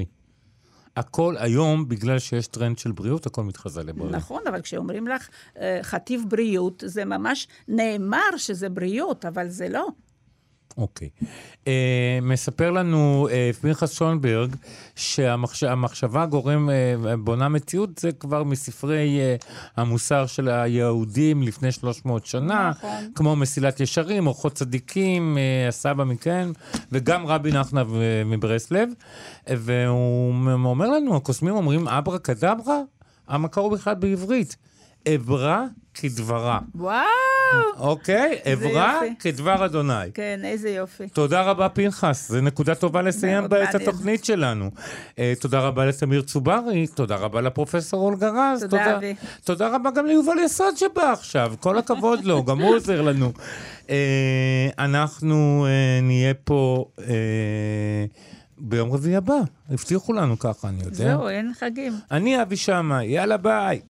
[SPEAKER 2] הכל היום, בגלל שיש טרנד של בריאות, הכל מתחזה לבריא.
[SPEAKER 3] נכון, אבל כשאומרים לך חטיף בריאות, זה ממש נאמר שזה בריאות, אבל זה לא.
[SPEAKER 2] אוקיי. Uh, מספר לנו uh, פנחס שונברג שהמחשבה גורם uh, בונה מציאות, זה כבר מספרי uh, המוסר של היהודים לפני שלוש מאות שנה, נכון. כמו מסילת ישרים, אורחות צדיקים, uh, הסבא מכן, וגם רבי נחמן מברסלב, והוא אומר לנו, הקוסמים אומרים אברה קדברה, המקור הוא בכלל בעברית. עברה כדברה.
[SPEAKER 3] וואו!
[SPEAKER 2] אוקיי? עברה
[SPEAKER 3] יופי.
[SPEAKER 2] כדבר אדוני.
[SPEAKER 3] כן, איזה יופי.
[SPEAKER 2] תודה רבה פנחס, זו נקודה טובה לסיים
[SPEAKER 3] מאוד
[SPEAKER 2] בה את
[SPEAKER 3] מעניין.
[SPEAKER 2] התוכנית שלנו. אה, תודה רבה לתמיר צוברי, תודה רבה לפרופסור אולגה רז.
[SPEAKER 3] תודה, אבי.
[SPEAKER 2] תודה רבה גם ליובל יסוד שבא עכשיו, כל הכבוד לו, גם הוא עוזר לנו. אה, אנחנו אה, נהיה פה אה, ביום רביעי הבא, הבטיחו לנו ככה, אני יודע.
[SPEAKER 3] זהו, אין חגים.
[SPEAKER 2] אני אבי שמאי, יאללה ביי.